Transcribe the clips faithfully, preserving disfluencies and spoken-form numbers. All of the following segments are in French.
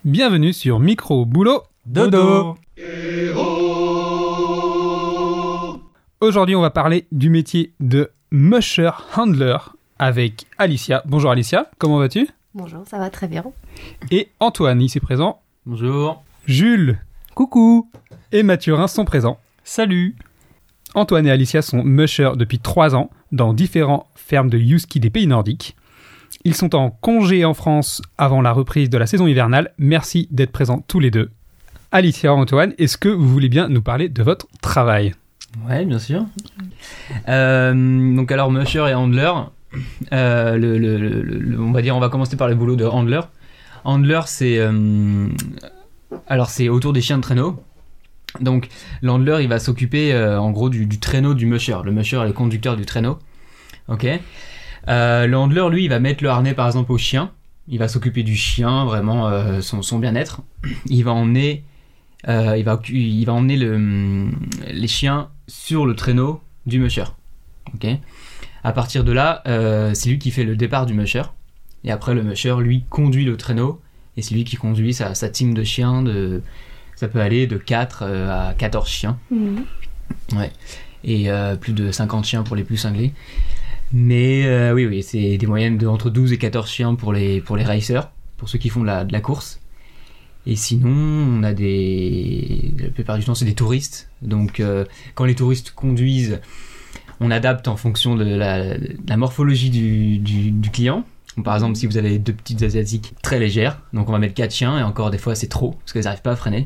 Bienvenue sur Micro Boulot Dodo. Aujourd'hui, on va parler du métier de musher handler avec Alicia. Bonjour Alicia, comment vas-tu ? Bonjour, ça va très bien. Et Antoine, ici présent. Bonjour. Jules. Coucou. Et Mathurin sont présents. Salut. Antoine et Alicia sont mushers depuis trois ans dans différentes fermes de husky des pays nordiques. Ils sont en congé en France avant la reprise de la saison hivernale. Merci d'être présents tous les deux. Alicia, Antoine, est-ce que vous voulez bien nous parler de votre travail ? Ouais, bien sûr. Euh, donc alors, musher et handler, euh, le, le, le, le, on va dire, on va commencer par le boulot de handler. Handler, c'est, euh, alors c'est autour des chiens de traîneau. Donc l'handler, il va s'occuper euh, en gros du, du traîneau du musher. Le musher est le conducteur du traîneau. Ok. Euh, le handler, lui, il va mettre le harnais par exemple au chien. Il va s'occuper du chien, vraiment euh, son, son bien-être. Il va emmener, euh, il va, il va emmener le, les chiens sur le traîneau du musher. Ok. À partir de là, euh, c'est lui qui fait le départ du musher. Et après, le musher, lui, conduit le traîneau. Et c'est lui qui conduit sa, sa team de chiens. De, ça peut aller de quatre euh, à quatorze chiens. Mmh. Ouais. Et euh, plus de cinquante chiens pour les plus cinglés. Mais euh, oui, oui, c'est des moyennes de entre douze et quatorze chiens pour les, pour les racers, pour ceux qui font de la, de la course. Et sinon, on a des... La plupart du temps, c'est des touristes. Donc, euh, quand les touristes conduisent, on adapte en fonction de la, de la morphologie du, du, du client. Donc, par exemple, si vous avez deux petites asiatiques très légères, donc on va mettre quatre chiens, et encore des fois, c'est trop, parce qu'elles n'arrivent pas à freiner.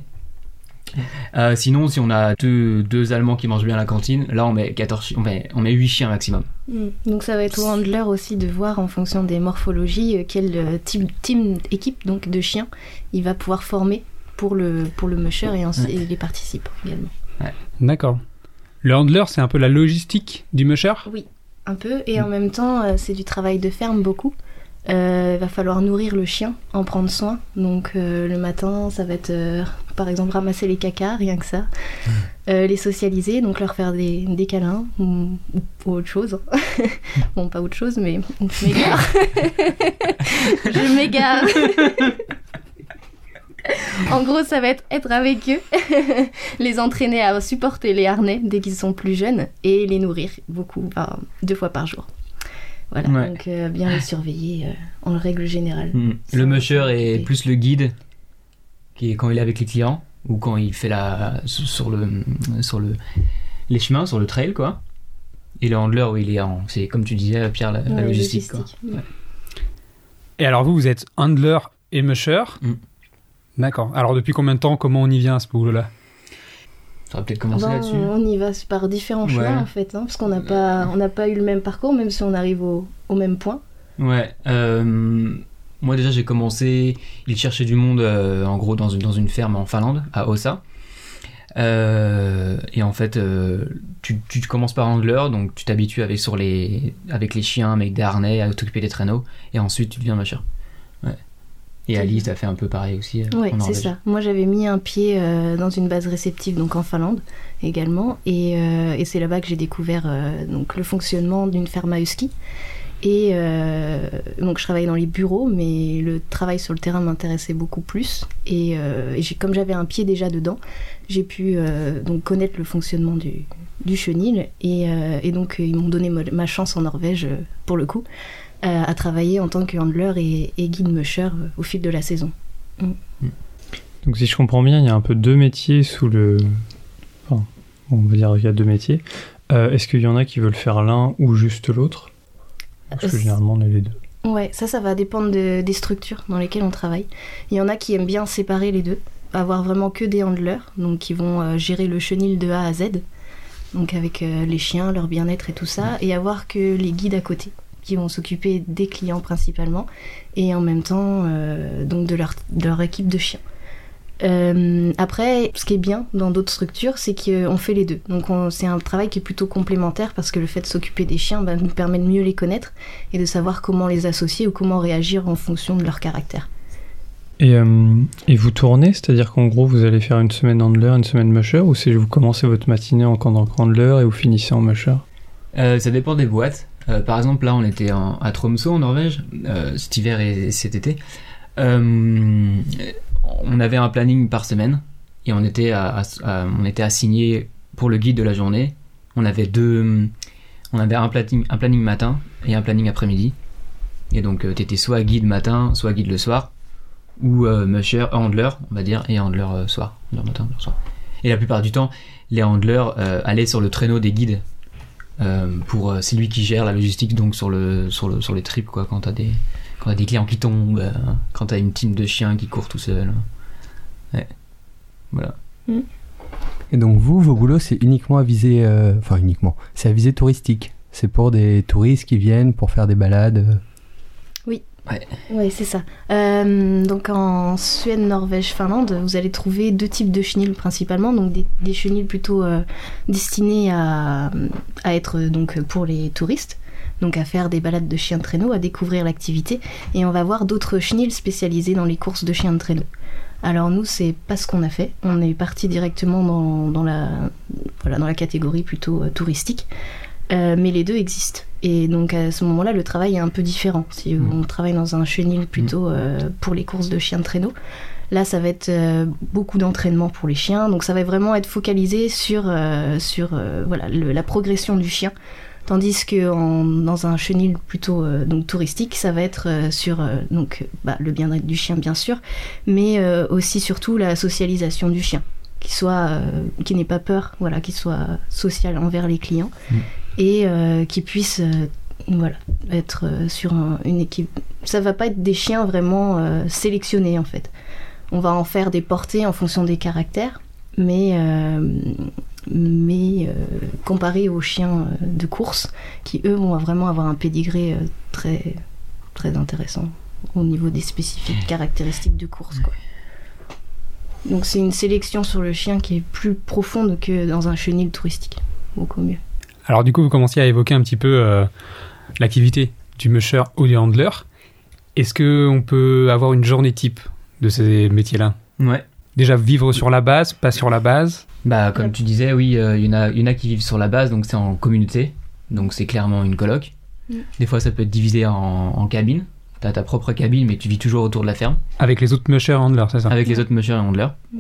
Euh, sinon, si on a deux, deux Allemands qui mangent bien à la cantine, là on met, quatorze, on met, on met huit chiens maximum. Mmh. Donc ça va être au handler aussi de voir en fonction des morphologies quel type, team, équipe donc, de chiens il va pouvoir former pour le, pour le musher et, ouais. et les participants également. Ouais. D'accord. Le handler, c'est un peu la logistique du musher ? Oui, un peu. Et mmh. en même temps, c'est du travail de ferme beaucoup. Il euh, va falloir nourrir le chien, en prendre soin. Donc euh, le matin, ça va être euh, par exemple ramasser les cacas, rien que ça. Mmh. Euh, les socialiser, donc leur faire des, des câlins ou, ou autre chose. Bon, pas autre chose, mais je m'égare. je m'égare. En gros, ça va être être avec eux, les entraîner à supporter les harnais dès qu'ils sont plus jeunes et les nourrir beaucoup, enfin, deux fois par jour. Voilà, ouais. donc euh, bien les surveiller euh, en règle générale. Mmh. Le musher est plus le guide, qui est quand il est avec les clients ou quand il fait la sur le sur le les chemins, sur le trail quoi. Et le handler, où il est en, c'est comme tu disais Pierre, la, ouais, la logistique, logistique quoi. Ouais. Et alors vous, vous êtes handler et musher. Mmh. D'accord. Alors depuis combien de temps, comment on y vient à ce boulot-là ? Ça va peut-être commencer ben, là-dessus. On y va par différents chemins ouais. en fait, hein, parce qu'on n'a pas, on n'a pas eu le même parcours, même si on arrive au, au même point. Ouais. Euh, moi déjà j'ai commencé, il cherchait du monde euh, en gros dans une, dans une ferme en Finlande, à Ossa. Euh, et en fait, euh, tu, tu commences par handler, donc tu t'habitues avec, sur les, avec les chiens, avec des harnais, à t'occuper des traîneaux, et ensuite tu deviens musher. Ouais. Et Alice, t'as fait un peu pareil aussi. Euh, oui, c'est ça. Moi, j'avais mis un pied euh, dans une base réceptive, donc en Finlande également. Et, euh, et c'est là-bas que j'ai découvert euh, donc, le fonctionnement d'une ferme à husky. Et euh, donc, je travaillais dans les bureaux, mais le travail sur le terrain m'intéressait beaucoup plus. Et, euh, et j'ai, comme j'avais un pied déjà dedans, j'ai pu euh, donc, connaître le fonctionnement du, du chenil. Et, euh, et donc, ils m'ont donné ma chance en Norvège, pour le coup. Euh, à travailler en tant que handler et, et guide musher euh, au fil de la saison. Mm. Donc si je comprends bien, il y a un peu deux métiers sous le... Enfin, on va dire qu'il y a deux métiers. Euh, est-ce qu'il y en a qui veulent faire l'un ou juste l'autre ? Parce que euh, généralement, on a les deux. Ouais, ça, ça va dépendre de, des structures dans lesquelles on travaille. Il y en a qui aiment bien séparer les deux, avoir vraiment que des handlers, donc qui vont euh, gérer le chenil de A à Z, donc avec euh, les chiens, leur bien-être et tout ça, mm. et avoir que les guides à côté, qui vont s'occuper des clients principalement et en même temps euh, donc de leur, de leur équipe de chiens. Euh, après, ce qui est bien dans d'autres structures, c'est qu'on fait les deux. Donc on, c'est un travail qui est plutôt complémentaire parce que le fait de s'occuper des chiens bah, nous permet de mieux les connaître et de savoir comment les associer ou comment réagir en fonction de leur caractère. Et, euh, et vous tournez, c'est-à-dire qu'en gros vous allez faire une semaine handler, une semaine musher, ou c'est vous commencez votre matinée en tant que handler et vous finissez en musher ? euh, Ça dépend des boîtes. Euh, par exemple, là, on était en, à Tromsø, en Norvège, euh, cet hiver et cet été. Euh, on avait un planning par semaine et on était, à, à, à, on était assigné pour le guide de la journée. On avait deux, on avait un planning, un planning matin et un planning après-midi. Et donc euh, t'étais soit guide matin, soit guide le soir, ou euh, musher, handler, on va dire, et handler euh, soir, handler matin, handler soir. Et la plupart du temps, les handlers euh, allaient sur le traîneau des guides. Euh, pour euh, c'est lui qui gère la logistique donc sur le sur le sur les trips quoi, quand t'as des quand t'as des clients qui tombent, euh, quand t'as une team de chiens qui courent tout seul. Ouais. Voilà. Mm. Et donc vous, vos boulots, c'est uniquement à visée, euh, enfin uniquement, c'est à visée touristique. C'est pour des touristes qui viennent pour faire des balades. euh. Oui. Ouais. Oui, c'est ça. Euh, donc en Suède, Norvège, Finlande, vous allez trouver deux types de chenilles principalement. Donc des, des chenilles plutôt euh, destinées à, à être donc pour les touristes, donc à faire des balades de chiens de traîneau, à découvrir l'activité. Et on va voir d'autres chenilles spécialisées dans les courses de chiens de traîneau. Alors nous, c'est pas ce qu'on a fait. On est parti directement dans, dans, la, voilà, dans la catégorie plutôt euh, touristique. Euh, mais les deux existent. Et donc à ce moment-là, le travail est un peu différent. Si mmh. on travaille dans un chenil plutôt euh, pour les courses de chiens de traîneau, là ça va être euh, beaucoup d'entraînement pour les chiens. Donc ça va vraiment être focalisé sur, euh, sur euh, voilà, le, la progression du chien. Tandis que en, dans un chenil plutôt euh, donc touristique, ça va être euh, sur euh, donc, bah, le bien-être du chien bien sûr, mais euh, aussi surtout la socialisation du chien. Qu'il soit, euh, qu'il n'ait pas peur, voilà, qu'il soit social envers les clients. Mmh. Et euh, qui puissent euh, voilà, être euh, sur un, une équipe. Ça va pas être des chiens vraiment euh, sélectionnés en fait. On va en faire des portées en fonction des caractères, mais, euh, mais euh, comparé aux chiens de course, qui eux vont vraiment avoir un pédigré euh, très, très intéressant au niveau des spécifiques caractéristiques de course, quoi. Donc c'est une sélection sur le chien qui est plus profonde que dans un chenil touristique, beaucoup mieux. Alors du coup, vous commenciez à évoquer un petit peu euh, l'activité du musher ou du handler. Est-ce qu'on peut avoir une journée type de ces métiers-là ? Ouais. Déjà vivre sur la base, pas sur la base ? Bah comme tu disais, oui, il euh, y, y en a qui vivent sur la base, donc c'est en communauté, donc c'est clairement une coloc. Mm. Des fois ça peut être divisé en, en cabines. T'as ta propre cabine, mais tu vis toujours autour de la ferme. Avec les autres mushers et handlers, c'est ça ? Avec les autres mushers et handlers. Mm.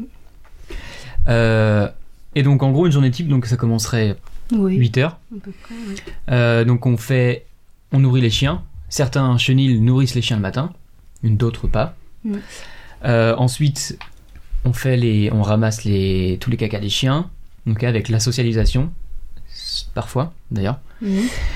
Euh, et donc en gros, une journée type, donc ça commencerait... Oui, huit heures. À peu près, oui. Euh, donc on fait, on nourrit les chiens. Certains chenils nourrissent les chiens le matin, une d'autres pas. Mm. Euh, ensuite, on fait les, on ramasse les, tous les cacas des chiens, donc avec la socialisation, parfois d'ailleurs. Mm.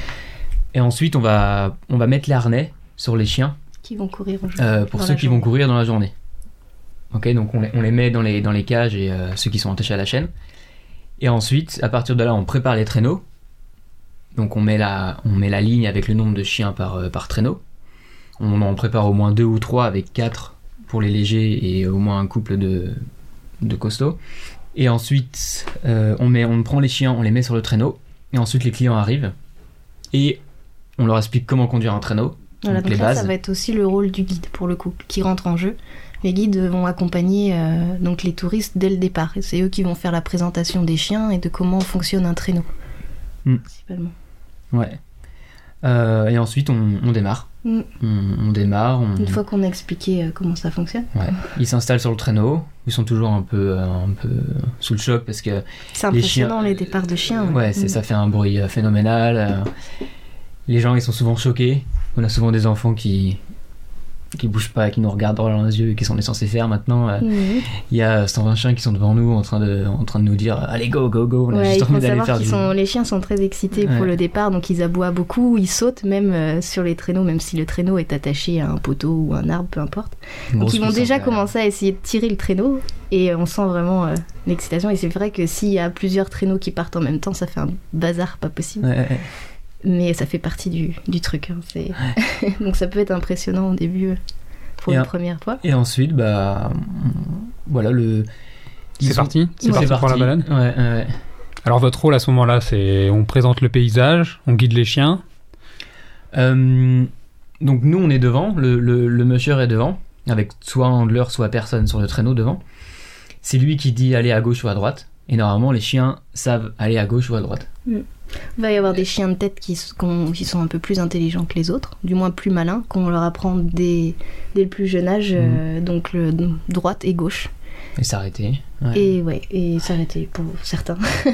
Et ensuite, on va, on va mettre les harnais sur les chiens qui vont courir euh, pour ceux qui journée. vont courir dans la journée. Ok, donc on les, on les met dans les, dans les cages et euh, ceux qui sont attachés à la chaîne. Et ensuite, à partir de là, on prépare les traîneaux. Donc on met la, on met la ligne avec le nombre de chiens par, euh, par traîneau. On en prépare au moins deux ou trois avec quatre pour les légers et au moins un couple de, de costauds. Et ensuite, euh, on, met, on prend les chiens, on les met sur le traîneau. Et ensuite, les clients arrivent. Et on leur explique comment conduire un traîneau. Voilà, donc, donc les là, bases. Ça va être aussi le rôle du guide pour le coup, qui rentre en jeu. Les guides vont accompagner euh, donc les touristes dès le départ. Et c'est eux qui vont faire la présentation des chiens et de comment fonctionne un traîneau, mm. principalement. Ouais. Euh, et ensuite, on, on démarre. Mm. On, on démarre. On... Une fois qu'on a expliqué euh, comment ça fonctionne. Ouais. Ils s'installent sur le traîneau. Ils sont toujours un peu, euh, un peu sous le choc parce que c'est impressionnant les, chiens... les départs de chiens. Ouais, ouais c'est, mm. ça fait un bruit phénoménal. Euh, les gens, ils sont souvent choqués. On a souvent des enfants qui... qui bougent pas, qui nous regardent droit dans les yeux et qui sont censés faire maintenant. Il mmh. y a cent vingt chiens qui sont devant nous en train de, en train de nous dire allez go go go. On a ouais, juste il envie faut d'aller savoir faire qu'ils du... sont, les chiens sont très excités ouais. pour le départ, donc ils aboient beaucoup, ils sautent même euh, sur les traîneaux, même si le traîneau est attaché à un poteau ou un arbre, peu importe. Donc Grosse ils vont déjà commencer à essayer de tirer le traîneau et on sent vraiment euh, l'excitation. Et c'est vrai que s'il y a plusieurs traîneaux qui partent en même temps, ça fait un bazar pas possible. Ouais, ouais. Mais ça fait partie du, du truc. Hein, c'est... Ouais. Donc ça peut être impressionnant au début. Pour et la un... première fois. Et ensuite, bah, voilà le. C'est sont... parti. C'est, c'est parti pour la balade. Ouais, ouais. Alors votre rôle à ce moment-là, c'est on présente le paysage, on guide les chiens. Euh, donc nous, on est devant. Le, le, le musher est devant, avec soit un handler, soit personne sur le traîneau devant. C'est lui qui dit aller à gauche ou à droite. Et normalement, les chiens savent aller à gauche ou à droite. Mm. Il va y avoir des chiens de tête qui, qu'on, qui sont un peu plus intelligents que les autres, du moins plus malins, qu'on leur apprend dès, dès le plus jeune âge, mmh. euh, donc le, droite et gauche. Et s'arrêter. Ouais. Et ouais, et s'arrêter pour certains.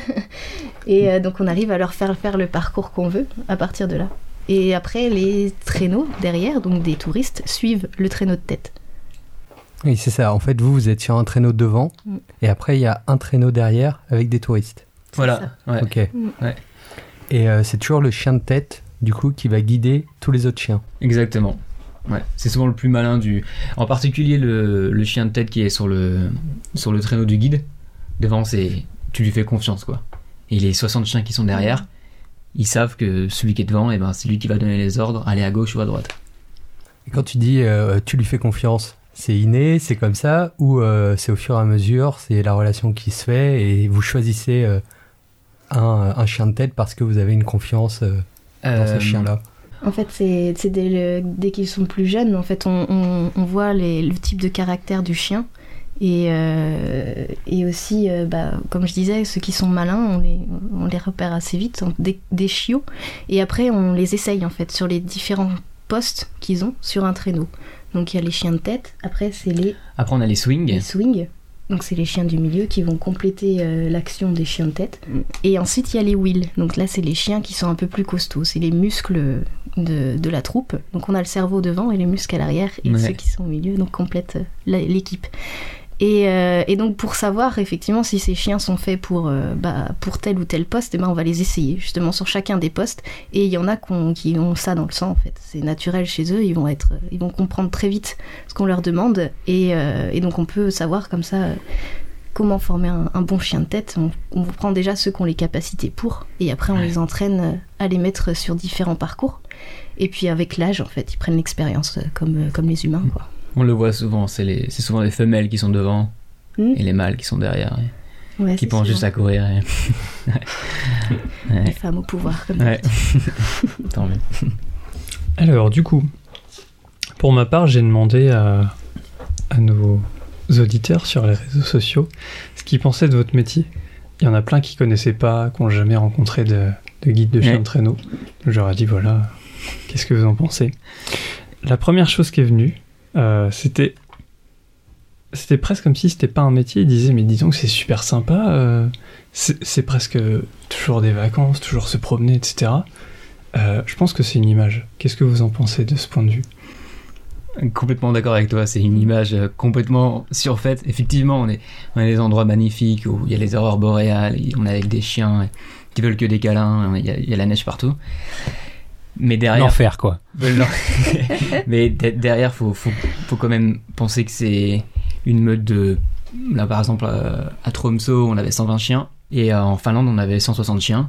et euh, donc on arrive à leur faire faire le parcours qu'on veut à partir de là. Et après, les traîneaux derrière, donc des touristes, suivent le traîneau de tête. Oui, c'est ça. En fait, vous, vous êtes sur un traîneau devant, mmh. et après, il y a un traîneau derrière avec des touristes. C'est voilà. Ouais. Ok. Mmh. Ouais. Et euh, c'est toujours le chien de tête, du coup, qui va guider tous les autres chiens. Exactement. Ouais. C'est souvent le plus malin du... En particulier, le, le chien de tête qui est sur le, sur le traîneau du guide. Devant, c'est... tu lui fais confiance, quoi. Et les soixante chiens qui sont derrière, ils savent que celui qui est devant, eh ben, c'est lui qui va donner les ordres, aller à gauche ou à droite. Et quand tu dis euh, tu lui fais confiance, c'est inné, c'est comme ça, ou euh, c'est au fur et à mesure, c'est la relation qui se fait et vous choisissez euh, un, un chien de tête parce que vous avez une confiance euh, dans Euh, ce chien-là. En fait, c'est, c'est dès, le- dès qu'ils sont plus jeunes, en fait, on, on, on voit les, le type de caractère du chien. Et, euh, et aussi, euh, bah, comme je disais, ceux qui sont malins, on les, on les repère assez vite, en- des, des chiots. Et après, on les essaye, en fait, sur les différents postes qu'ils ont sur un traîneau. Donc, il y a les chiens de tête. Après, c'est les, Après, on a les swings. les swings. Donc, c'est les chiens du milieu qui vont compléter euh, l'action des chiens de tête. Et ensuite, il y a les wheels. Donc là, c'est les chiens qui sont un peu plus costauds. C'est les muscles de, de la troupe. Donc, on a le cerveau devant et les muscles à l'arrière. Et Ouais. ceux qui sont au milieu, donc, complètent euh, la- l'équipe. Et, euh, et donc, pour savoir effectivement si ces chiens sont faits pour, euh, bah, pour tel ou tel poste, eh ben, on va les essayer justement sur chacun des postes. Et il y en a qu'on- qui ont ça dans le sang, en fait. C'est naturel chez eux. Ils vont, être, ils vont comprendre très vite ce qu'on leur demande. Et, euh, et donc, on peut savoir comme ça euh, comment former un, un bon chien de tête. On, on prend déjà ceux qui ont les capacités pour. Et après, on Ouais. les entraîne euh, à les mettre sur différents parcours. Et puis, avec l'âge, en fait, ils prennent l'expérience euh, comme, euh, comme les humains, quoi. On le voit souvent, c'est, les, c'est souvent les femelles qui sont devant Hmm. et les mâles qui sont derrière, et Ouais, qui c'est pensent souvent juste à courir. Et... les ouais. femmes au pouvoir, comme Ouais. Tant mieux. Alors, du coup, pour ma part, j'ai demandé à, à nos auditeurs sur les réseaux sociaux ce qu'ils pensaient de votre métier. Il y en a plein qui connaissaient pas, qui n'ont jamais rencontré de, de guide de chien Ouais. de traîneau. Donc, j'aurais dit, voilà, qu'est-ce que vous en pensez ? La première chose qui est venue, euh, c'était, c'était presque comme si c'était pas un métier. Ils disaient, mais disons que c'est super sympa, euh, c'est, c'est presque toujours des vacances, toujours se promener, et cetera. Euh, je pense que c'est une image. Qu'est-ce que vous en pensez de ce point de vue ? Complètement d'accord avec toi, c'est une image euh, complètement surfaite. Effectivement, on est dans des endroits magnifiques où il y a les aurores boréales, et on est avec des chiens qui veulent que des câlins, il y a, il y a la neige partout. Mais derrière, L'enfer, quoi. mais de- derrière, faut, faut, faut quand même penser que c'est une meute de. Là, par exemple, euh, à Tromsø, on avait cent vingt chiens, et euh, en Finlande, on avait cent soixante chiens,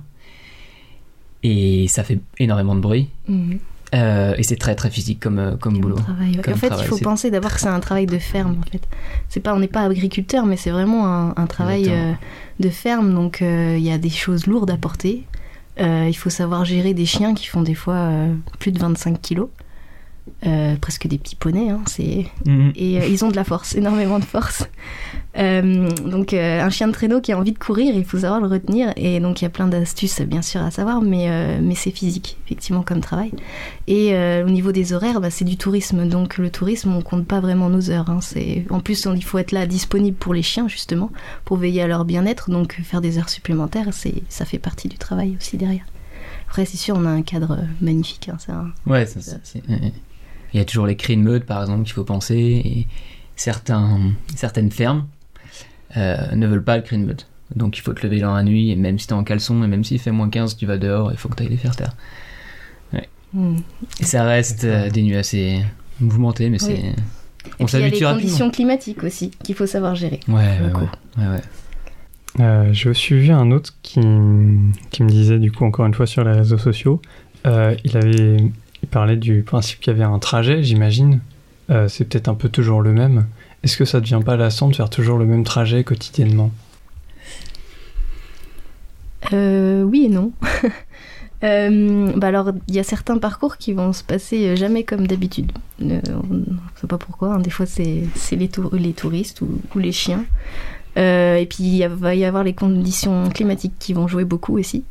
et ça fait énormément de bruit. Mhm. Euh, et c'est très très physique comme, euh, comme boulot. Travail, ouais. Comme En fait, travail, il faut c'est- penser d'abord que c'est un travail de ferme. En fait, c'est pas, on n'est pas agriculteur, mais c'est vraiment un, un travail Exactement. euh, de ferme. Donc, euh, il y a des choses lourdes à porter. Euh, il faut savoir gérer des chiens qui font des fois euh, plus de vingt-cinq kilos, euh, presque des petits poneys. Hein, c'est... Mhm. Et euh, ils ont de la force, énormément de force. Euh, donc euh, un chien de traîneau qui a envie de courir, il faut savoir le retenir. Et donc il y a plein d'astuces bien sûr à savoir, mais, euh, mais c'est physique effectivement comme travail. Et euh, au niveau des horaires, bah, c'est du tourisme. Donc le tourisme, on compte pas vraiment nos heures. Hein. C'est... En plus, on- il faut être là disponible pour les chiens justement, pour veiller à leur bien-être. Donc faire des heures supplémentaires, c'est... ça fait partie du travail aussi derrière. Après c'est sûr, on a un cadre magnifique. Hein. C'est un... Ouais, ça, c'est- c'est- ouais. Il y a toujours les cris de meute, par exemple, qu'il faut penser. Et certains, certaines fermes euh, ne veulent pas le cri de meute. Donc il faut te lever dans la nuit, et même si t'es en caleçon, et même s'il fait moins quinze, tu vas dehors, il faut que tu ailles les faire taire. Hmm. Et ça reste euh, des nuits assez mouvementées, mais Oui. c'est... Et On puis il y a les s'habitue rapidement. conditions climatiques aussi qu'il faut savoir gérer. Ouais, pour le ouais, coup. ouais, ouais, ouais. Euh, J'ai aussi vu un autre qui, qui me disait, du coup, encore une fois sur les réseaux sociaux, euh, il avait, il parlait du principe qu'il y avait un trajet, j'imagine. Euh, c'est peut-être un peu toujours le même. Est-ce que ça devient pas lassant de faire toujours le même trajet quotidiennement ? Euh, oui et non. Euh, bah alors, il y a certains parcours qui vont se passer jamais comme d'habitude. Euh, on ne sait pas pourquoi. Hein. Des fois, c'est, c'est les, tour- les touristes ou, ou les chiens. Euh, et puis, il y a- va y avoir les conditions climatiques qui vont jouer beaucoup aussi.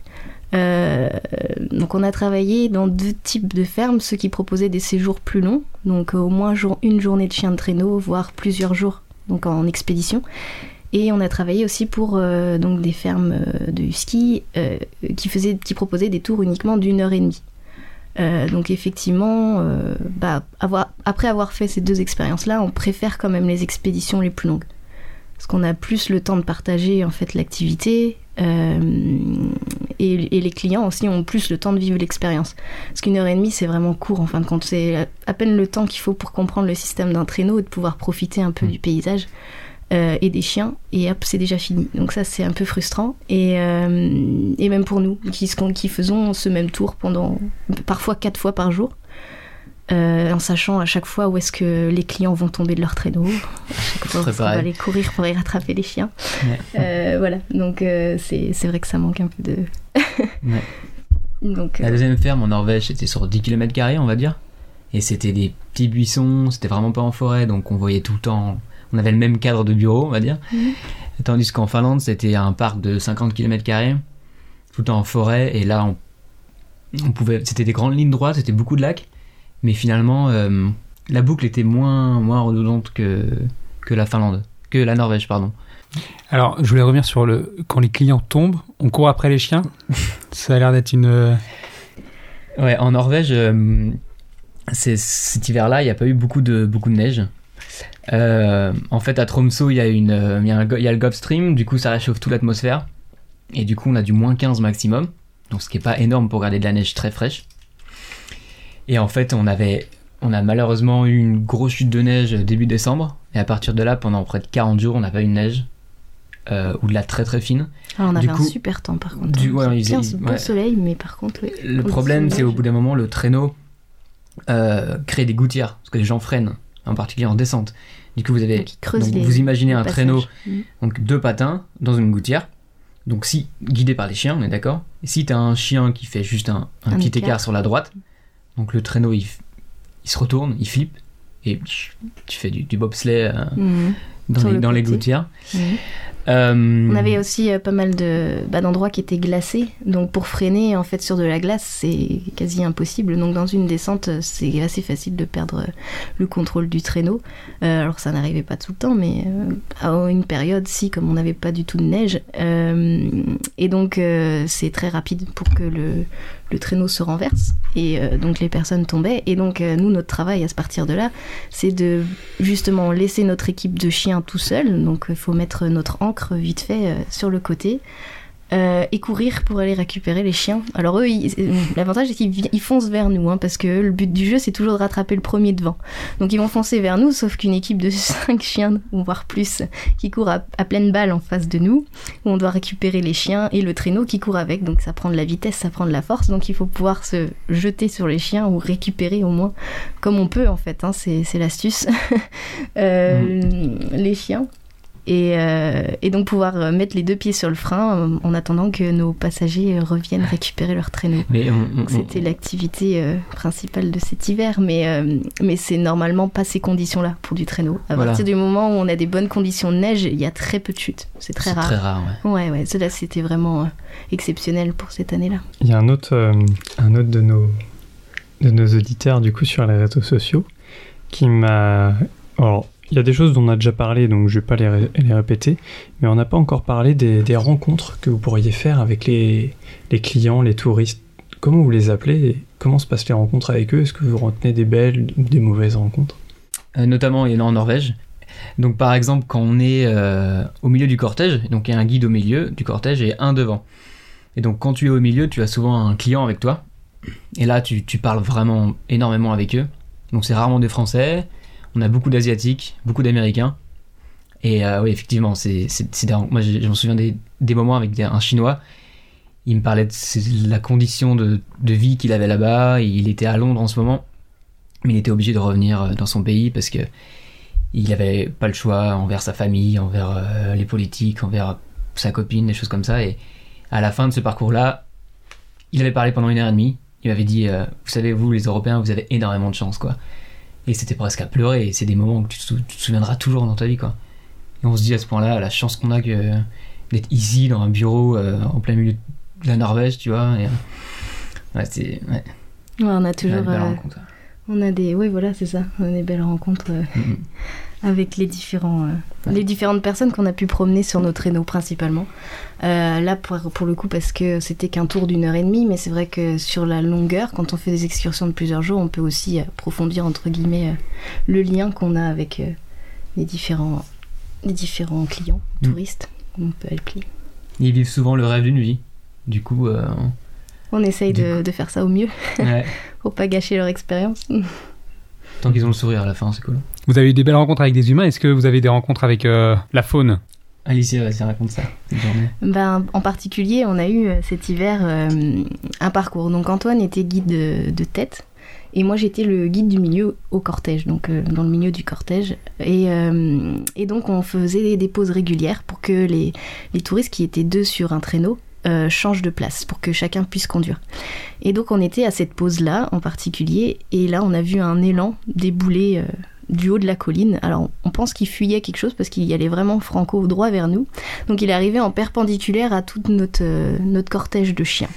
Euh, donc on a travaillé dans deux types de fermes, ceux qui proposaient des séjours plus longs, donc au moins jour, une journée de chien de traîneau, voire plusieurs jours, donc en expédition. Et on a travaillé aussi pour euh, donc des fermes euh, de husky euh, qui, faisaient, qui proposaient des tours uniquement d'une heure et demie. Euh, donc effectivement, euh, bah, avoir, après avoir fait ces deux expériences-là, on préfère quand même les expéditions les plus longues. Parce qu'on a plus le temps de partager en fait l'activité euh, et, et les clients aussi ont plus le temps de vivre l'expérience. Parce qu'une heure et demie, c'est vraiment court en fin de compte. C'est à peine le temps qu'il faut pour comprendre le système d'un traîneau et de pouvoir profiter un peu mmh. du paysage. Euh, et des chiens, et hop, c'est déjà fini. Donc ça, c'est un peu frustrant. Et, euh, et même pour nous, qui, qui faisons ce même tour pendant parfois quatre fois par jour, euh, en sachant à chaque fois où est-ce que les clients vont tomber de leur traîneau. À chaque fois, on va aller courir pour aller rattraper les chiens. Ouais. Euh, voilà, donc euh, c'est, c'est vrai que ça manque un peu de... ouais. donc, euh... La deuxième ferme en Norvège, c'était sur dix kilomètres carrés, on va dire. Et c'était des petits buissons, c'était vraiment pas en forêt, donc on voyait tout le temps... On avait le même cadre de bureau, on va dire. Mmh. Tandis qu'en Finlande, c'était un parc de cinquante kilomètres carrés, tout le temps en forêt. Et là, on, on pouvait, c'était des grandes lignes droites, c'était beaucoup de lacs. Mais finalement, euh, la boucle était moins, moins redondante que, que la Finlande, que la Norvège, pardon. Alors, je voulais revenir sur le... Quand les clients tombent, on court après les chiens. Ça a l'air d'être une... Ouais, en Norvège, euh, c'est, cet hiver-là, il n'y a pas eu beaucoup de, beaucoup de neige. Euh, en fait, à Tromsø, il y a une, euh, il y a un, il y a le Gulf Stream, du coup, ça réchauffe toute l'atmosphère, et du coup, on a du moins quinze maximum, donc ce qui est pas énorme pour garder de la neige très fraîche. Et en fait, on avait, on a malheureusement eu une grosse chute de neige début décembre, et à partir de là, pendant près de quarante jours, on n'a pas eu de neige, euh, ou de la très très fine. Alors, on avait du coup, un super temps par contre. Du, ouais, bien il, bon ouais. soleil, mais par contre, ouais, le problème, c'est au bout d'un moment, le traîneau euh, crée des gouttières, parce que les gens freinent, en particulier en descente. Du coup, vous avez, donc, donc, vous imaginez un traîneau, mmh. donc deux patins dans une gouttière. Donc, si guidé par les chiens, on est d'accord. Et si t'as un chien qui fait juste un, un, un petit écart. écart sur la droite, donc le traîneau il, il se retourne, il flippe et tu fais du, du bobsleigh euh, mmh. dans, les, dans les gouttières. Mmh. Euh... On avait aussi euh, pas mal de, bah, d'endroits qui étaient glacés, donc pour freiner en fait sur de la glace c'est quasi impossible, donc dans une descente c'est assez facile de perdre le contrôle du traîneau. Euh, alors ça n'arrivait pas tout le temps, mais euh, à une période si, comme on n'avait pas du tout de neige, euh, et donc euh, c'est très rapide pour que le, le traîneau se renverse, et euh, donc les personnes tombaient, et donc euh, nous notre travail à partir de là c'est de justement laisser notre équipe de chiens tout seul, donc il faut mettre notre encre vite fait euh, sur le côté euh, et courir pour aller récupérer les chiens. Alors eux, ils, l'avantage c'est qu'ils ils foncent vers nous, hein, parce que le but du jeu c'est toujours de rattraper le premier devant. Donc ils vont foncer vers nous, sauf qu'une équipe de cinq chiens, voire plus, qui court à, à pleine balle en face de nous, où on doit récupérer les chiens et le traîneau qui court avec. Donc ça prend de la vitesse, ça prend de la force, donc il faut pouvoir se jeter sur les chiens ou récupérer au moins comme on peut en fait, hein, c'est, c'est l'astuce. euh, mmh. Les chiens. Et, euh, et donc pouvoir mettre les deux pieds sur le frein en attendant que nos passagers reviennent récupérer leur traîneau. Mais on, donc c'était on... l'activité euh, principale de cet hiver, mais, euh, mais c'est normalement pas ces conditions-là pour du traîneau. À voilà. partir du moment où on a des bonnes conditions de neige, il y a très peu de chutes. C'est très c'est rare. Très rare, ouais. Ouais, ouais. Cela, c'était vraiment euh, exceptionnel pour cette année-là. Il y a un autre, euh, un autre de nos, de nos auditeurs, du coup, sur les réseaux sociaux, qui m'a... Alors, il y a des choses dont on a déjà parlé, donc je ne vais pas les, ré- les répéter, mais on n'a pas encore parlé des, des rencontres que vous pourriez faire avec les, les clients, les touristes. Comment vous les appelez et comment se passent les rencontres avec eux ? Est-ce que vous retenez des belles ou des mauvaises rencontres ? euh, Notamment, il y en a en Norvège. Donc par exemple, quand on est euh, au milieu du cortège, donc il y a un guide au milieu du cortège et un devant. Et donc quand tu es au milieu, tu as souvent un client avec toi. Et là, tu, tu parles vraiment énormément avec eux. Donc c'est rarement des Français. On a beaucoup d'Asiatiques, beaucoup d'Américains. Et euh, oui, effectivement, c'est, c'est, c'est des, moi je, je me souviens des, des moments avec des, un Chinois. Il me parlait de la condition de, de vie qu'il avait là-bas. Il était à Londres en ce moment, mais il était obligé de revenir dans son pays parce que il n'avait pas le choix envers sa famille, envers euh, les politiques, envers sa copine, des choses comme ça. Et à la fin de ce parcours-là, il avait parlé pendant une heure et demie. Il m'avait dit, euh, vous savez, vous les Européens, vous avez énormément de chance, quoi. Et c'était presque à pleurer, et c'est des moments que tu te, tu te souviendras toujours dans ta vie, quoi. Et on se dit à ce point-là, la chance qu'on a que, d'être ici, dans un bureau, euh, en plein milieu de la Norvège, tu vois. Et, ouais, c'est. Ouais. Ouais, on a toujours. Ouais, Euh, on a des. Oui, voilà, c'est ça. On a des belles rencontres euh, mm-hmm. avec les, différents, euh, ouais. les différentes personnes qu'on a pu promener sur nos traîneaux principalement. Euh, là, pour, pour le coup, parce que c'était qu'un tour d'une heure et demie, mais c'est vrai que sur la longueur, quand on fait des excursions de plusieurs jours, on peut aussi approfondir, entre guillemets, euh, le lien qu'on a avec euh, les, différents, les différents clients, mm. touristes, comme on peut appeler. Ils vivent souvent le rêve d'une vie. Du coup... Euh, on essaye de, de faire ça au mieux, ouais. pour pas gâcher leur expérience. Tant qu'ils ont le sourire à la fin, c'est cool. Vous avez eu des belles rencontres avec des humains. Est-ce que vous avez des rencontres avec euh, la faune ? Alicia, vas-y, raconte ça, cette journée. Ben, en particulier, on a eu cet hiver euh, un parcours. Donc Antoine était guide de, de tête et moi j'étais le guide du milieu au cortège, donc euh, dans le milieu du cortège. Et, euh, et donc on faisait des pauses régulières pour que les, les touristes qui étaient deux sur un traîneau euh, changent de place pour que chacun puisse conduire. Et donc on était à cette pause-là en particulier et là on a vu un élan débouler... Euh, du haut de la colline. Alors on pense qu'il fuyait quelque chose parce qu'il y allait vraiment franco droit vers nous. Donc il est arrivé en perpendiculaire à tout notre, euh, notre cortège de chiens.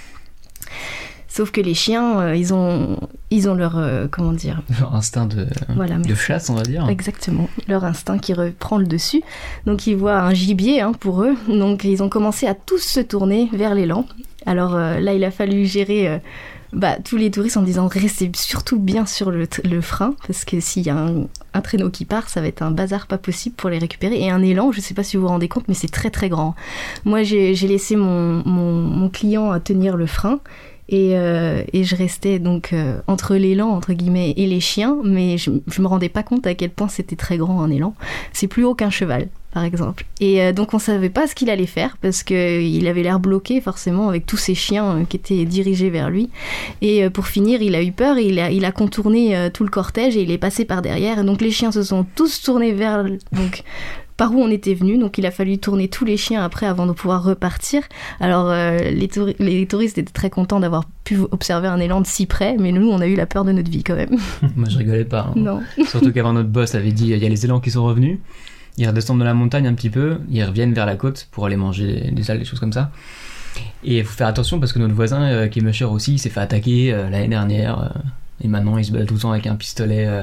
Sauf que les chiens, euh, ils ont, ils ont leur, euh, comment dire... Leur instinct de, voilà, de chasse, on va dire. Exactement, leur instinct qui reprend le dessus. Donc ils voient un gibier hein, pour eux. Donc ils ont commencé à tous se tourner vers l'élan. Alors euh, là, il a fallu gérer... Euh, Bah, tous les touristes en disant restez surtout bien sur le, t- le frein parce que s'il y a un, un traîneau qui part, ça va être un bazar pas possible pour les récupérer. Et un élan, je sais pas si vous vous rendez compte, mais c'est très très grand. Moi, j'ai, j'ai laissé mon, mon, mon client à tenir le frein et, euh, et je restais donc euh, entre l'élan entre guillemets et les chiens, mais je, je me rendais pas compte à quel point c'était très grand un élan. C'est plus haut qu'un cheval. Par exemple. Et euh, donc on savait pas ce qu'il allait faire parce qu'il avait l'air bloqué forcément avec tous ces chiens euh, qui étaient dirigés vers lui. Et euh, pour finir, il a eu peur et il a, il a contourné euh, tout le cortège et il est passé par derrière. Et donc les chiens se sont tous tournés vers donc, par où on était venu. Donc il a fallu tourner tous les chiens après avant de pouvoir repartir. Alors euh, les, touri- les touristes étaient très contents d'avoir pu observer un élan de si près, mais nous on a eu la peur de notre vie quand même. Moi je rigolais pas. Hein. Non. Surtout qu'avant notre boss avait dit il y a les élans qui sont revenus. Ils redescendent de la montagne un petit peu, ils reviennent vers la côte pour aller manger des algues, des choses comme ça. Et il faut faire attention parce que notre voisin, euh, qui est musher aussi, il s'est fait attaquer euh, l'année dernière. Euh, et maintenant, il se balade tout le temps avec un pistolet euh,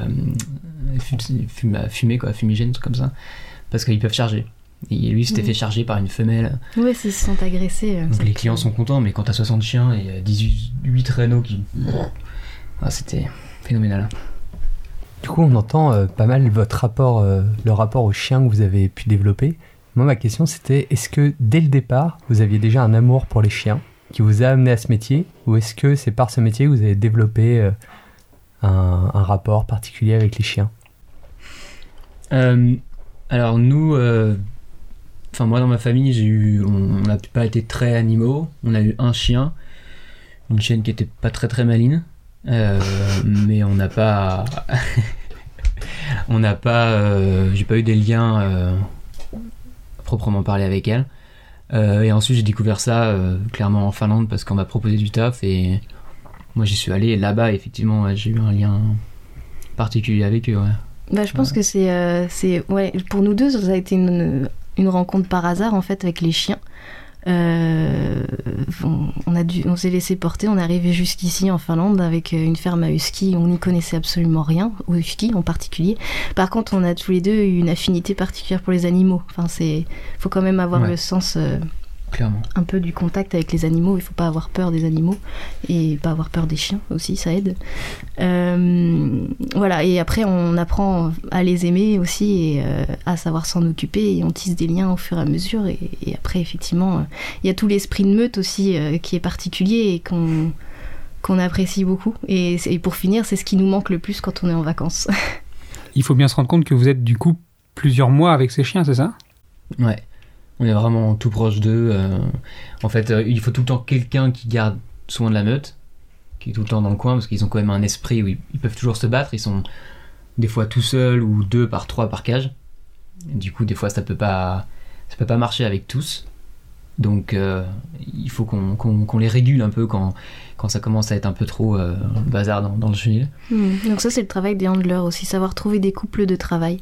fum, fumé, quoi, fumigène, tout comme ça. Parce qu'ils peuvent charger. Et lui, il s'était mmh. fait charger par une femelle. Ouais, s'ils se sont agressés. Euh, Donc les clients sont contents, mais quand t'as soixante chiens et dix-huit traîneaux qui... Ah, c'était phénoménal. Du coup, on entend euh, pas mal votre rapport, euh, le rapport aux chiens que vous avez pu développer. Moi, ma question, c'était, est-ce que dès le départ, vous aviez déjà un amour pour les chiens qui vous a amené à ce métier, ou est-ce que c'est par ce métier que vous avez développé euh, un, un rapport particulier avec les chiens ? euh, Alors nous, euh, enfin moi dans ma famille, j'ai eu, on n'a pas été très animaux. On a eu un chien, une chienne qui était pas très très maline. Euh, mais on n'a pas on n'a pas euh, j'ai pas eu des liens euh, proprement parlé avec elle euh, et ensuite j'ai découvert ça euh, clairement en Finlande parce qu'on m'a proposé du taf et moi j'y suis allé et là-bas effectivement ouais, j'ai eu un lien particulier avec eux ouais. Bah, je pense ouais. que c'est, euh, c'est ouais, pour nous deux ça a été une, une rencontre par hasard en fait avec les chiens. Euh, on, on, a dû, on s'est laissé porter, on est arrivé jusqu'ici en Finlande avec une ferme à husky, on n'y connaissait absolument rien, aux husky en particulier. Par contre, on a tous les deux eu une affinité particulière pour les animaux. Enfin, c'est, faut quand même avoir ouais. le sens euh, clairement un peu du contact avec les animaux. Il faut pas avoir peur des animaux et pas avoir peur des chiens aussi, ça aide. Euh, voilà, et après on apprend à les aimer aussi et euh, à savoir s'en occuper et on tisse des liens au fur et à mesure et, et après effectivement il euh, y a tout l'esprit de meute aussi euh, qui est particulier et qu'on, qu'on apprécie beaucoup et, et pour finir c'est ce qui nous manque le plus quand on est en vacances. Il faut bien se rendre compte que vous êtes du coup plusieurs mois avec ces chiens, c'est ça ? Ouais. On est vraiment tout proche d'eux. Euh, en fait, euh, il faut tout le temps quelqu'un qui garde soin de la meute, qui est tout le temps dans le coin, parce qu'ils ont quand même un esprit où ils, ils peuvent toujours se battre. Ils sont des fois tout seuls ou deux par trois par cage. Et du coup, des fois, ça peut pas, ça peut pas marcher avec tous. Donc, euh, il faut qu'on, qu'on, qu'on les régule un peu quand, quand ça commence à être un peu trop euh, bazar dans, dans le chenil. Mmh. Donc ça, c'est le travail des handlers aussi, savoir trouver des couples de travail.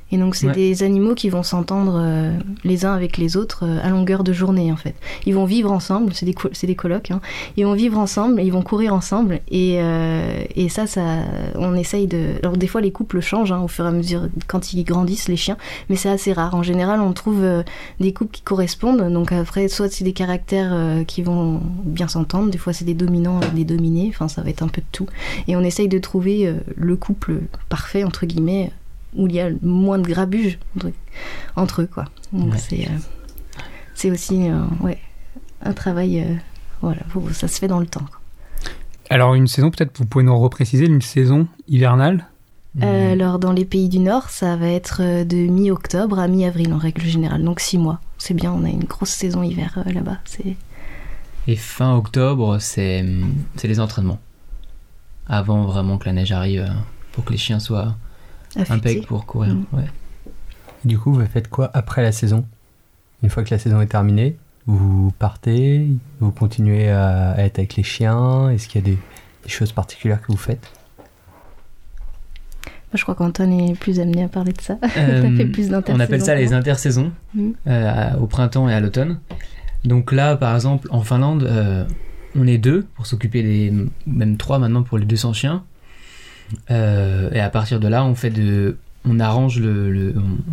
Et donc, c'est Ouais. des animaux qui vont s'entendre euh, les uns avec les autres euh, à longueur de journée, en fait. Ils vont vivre ensemble, c'est des, co- c'est des colocs, hein. Ils vont vivre ensemble, ils vont courir ensemble. Et, euh, et ça, ça, on essaye de... Alors, des fois, les couples changent hein, au fur et à mesure quand ils grandissent, les chiens. Mais c'est assez rare. En général, on trouve euh, des couples qui correspondent. Donc, après, soit c'est des caractères euh, qui vont bien s'entendre. Des fois, c'est des dominants avec des dominés. Enfin, ça va être un peu de tout. Et on essaye de trouver euh, le couple parfait, entre guillemets, où il y a le moins de grabuge entre, entre eux, quoi. Donc Ouais. c'est, euh, c'est aussi euh, ouais, un travail, euh, voilà, faut- ça se fait dans le temps, quoi. Alors, une saison, peut-être, vous pouvez nous repréciser, une saison hivernale? Euh, alors dans les pays du Nord, ça va être euh, de mi-octobre à mi-avril en règle générale, donc six mois. C'est bien, on a une grosse saison hiver euh, là-bas. C'est... Et fin octobre, c'est, c'est les entraînements. Avant vraiment que la neige arrive, euh, pour que les chiens soient affûté. impec pour courir. Mm. Ouais. Du coup, vous faites quoi après la saison? Une fois que la saison est terminée, vous partez, vous continuez à, à être avec les chiens? Est-ce qu'il y a des, des choses particulières que vous faites? Moi, je crois qu'Antoine est plus amené à parler de ça. Euh, T'as fait plus on d'intersaisons appelle ça que les moi. intersaisons, Mm. euh, au printemps et à l'automne. Donc là, par exemple, en Finlande, euh, on est deux pour s'occuper des, même trois maintenant pour les deux cents chiens. Euh, et à partir de là, on fait de, on arrange le, le-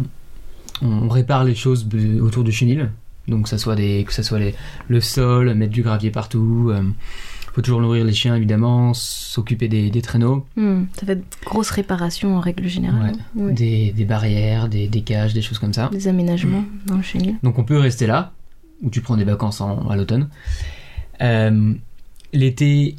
on, on répare les choses de- autour du chenil. Donc que ça soit des, que ça soit les, le sol, mettre du gravier partout. Euh, faut toujours nourrir les chiens évidemment, s'occuper des, des traîneaux, Hmm, ça fait de grosses réparations en règle générale. Ouais. Ouais. des, des barrières, des, des cages, des choses comme ça. Des aménagements dans le chenil. Donc on peut rester là, ou tu prends des vacances en- à l'automne. Euh, l'été,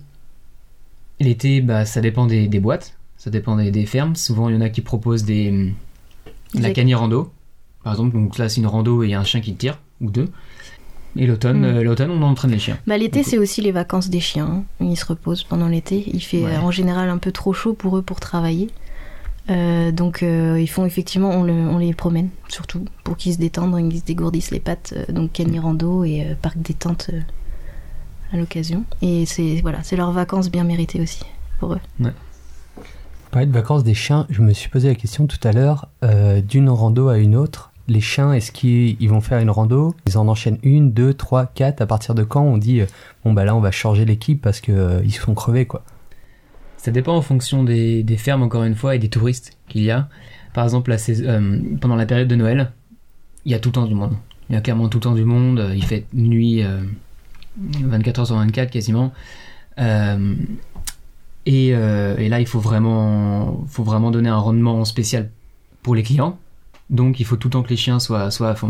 l'été bah, ça dépend des, des boîtes, ça dépend des, des fermes. Souvent, il y en a qui proposent des, de la Des- cani rando, par exemple. Donc là, c'est une rando et il y a un chien qui te tire, ou deux. Et l'automne, Mm. euh, l'automne on entraîne les chiens. Bah, l'été, Du coup- c'est aussi les vacances des chiens. hein. Ils se reposent pendant l'été. Il fait Ouais. euh, en général un peu trop chaud pour eux pour travailler. Euh, donc euh, ils font effectivement, on, le- on les promène surtout pour qu'ils se détendent, ils se dégourdissent les pattes. euh, donc cani rando et euh, parc détente euh, à l'occasion. Et c'est voilà, c'est leurs vacances bien méritées aussi pour eux. Vous parlez de vacances des chiens, je me suis posé la question tout à l'heure, euh, d'une rando à une autre. Les chiens, est-ce qu'ils ils vont faire une rando? Ils en enchaînent une, deux, trois, quatre. À partir de quand on dit, euh, bon bah là on va changer l'équipe parce que euh, ils sont crevés quoi. Ça dépend en fonction des, des fermes, encore une fois, et des touristes qu'il y a. Par exemple, la sais- euh, pendant la période de Noël, il y a tout le temps du monde. Il y a clairement tout le temps du monde. Il fait nuit euh, vingt-quatre heures sur vingt-quatre quasiment. Euh, et, euh, et là, il faut vraiment, faut vraiment donner un rendement spécial pour les clients. Donc, il faut tout le temps que les chiens soient, soient à fond.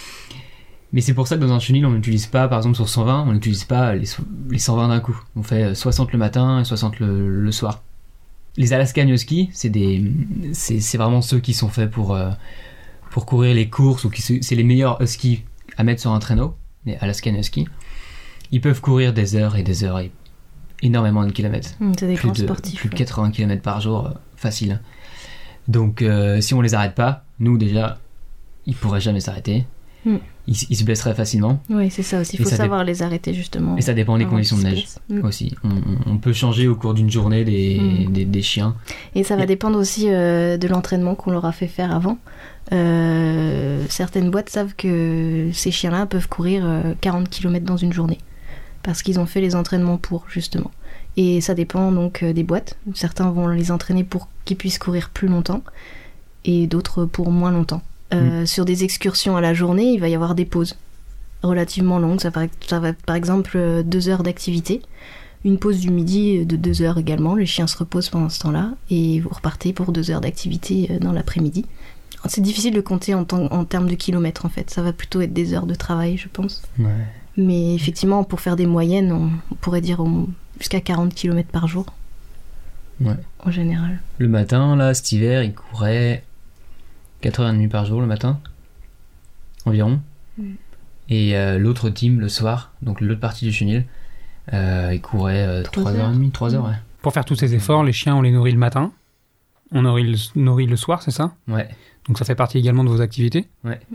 Mais c'est pour ça que dans un chenil, on n'utilise pas, par exemple sur cent vingt, on n'utilise pas les, so- les cent vingt d'un coup. On fait soixante le matin et soixante le, le soir. Les Alaskan Husky, c'est des, c'est, c'est vraiment ceux qui sont faits pour, euh, pour courir les courses, ou qui se- c'est les meilleurs Husky à mettre sur un traîneau, les Alaskan Husky. Ils peuvent courir des heures et des heures, et énormément de kilomètres. Hmm, c'est des Plus grands de, sportifs. plus de ouais. quatre-vingts kilomètres par jour, euh, facile. Donc euh, si on les arrête pas, nous déjà, ils pourraient jamais s'arrêter. Hmm. Ils, ils se blesseraient facilement. Oui, c'est ça aussi. Il Et faut ça dé- savoir les arrêter justement. Et ça dépend des avant conditions de qu'ils se neige blessent. Hmm. aussi. On, on- on peut changer au cours d'une journée des, Mm. des, des chiens. Et ça va Et- dépendre aussi euh, de l'entraînement qu'on leur a fait faire avant. Euh, certaines boîtes savent que ces chiens-là peuvent courir euh, quarante kilomètres dans une journée. Parce qu'ils ont fait les entraînements pour, justement. Et ça dépend donc euh, des boîtes. Certains vont les entraîner pour qu'ils puissent courir plus longtemps. Et d'autres pour moins longtemps. Euh, Sur des excursions à la journée, il va y avoir des pauses relativement longues. Ça va, ça va par exemple euh, deux heures d'activité. Une pause du midi de deux heures également. Les chiens se reposent pendant ce temps-là. Et vous repartez pour deux heures d'activité euh, dans l'après-midi. C'est difficile de compter en, temps- en termes de kilomètres en fait. Ça va plutôt être des heures de travail, je pense. Mais effectivement, pour faire des moyennes, on, on pourrait dire au- jusqu'à quarante kilomètres par jour. Ouais. En général. Le matin, là, cet hiver, ils couraient quatre heures trente par jour le matin, environ. Mm. Et euh, l'autre team, le soir, donc l'autre partie du chenil, euh, ils couraient euh, Trois trois heures. heures trente, trois heures, ouais. Pour faire tous ces efforts, les chiens, on les nourrit le matin. On nourrit le, nourrit le soir, c'est ça? Ouais. Donc ça fait partie également de vos activités?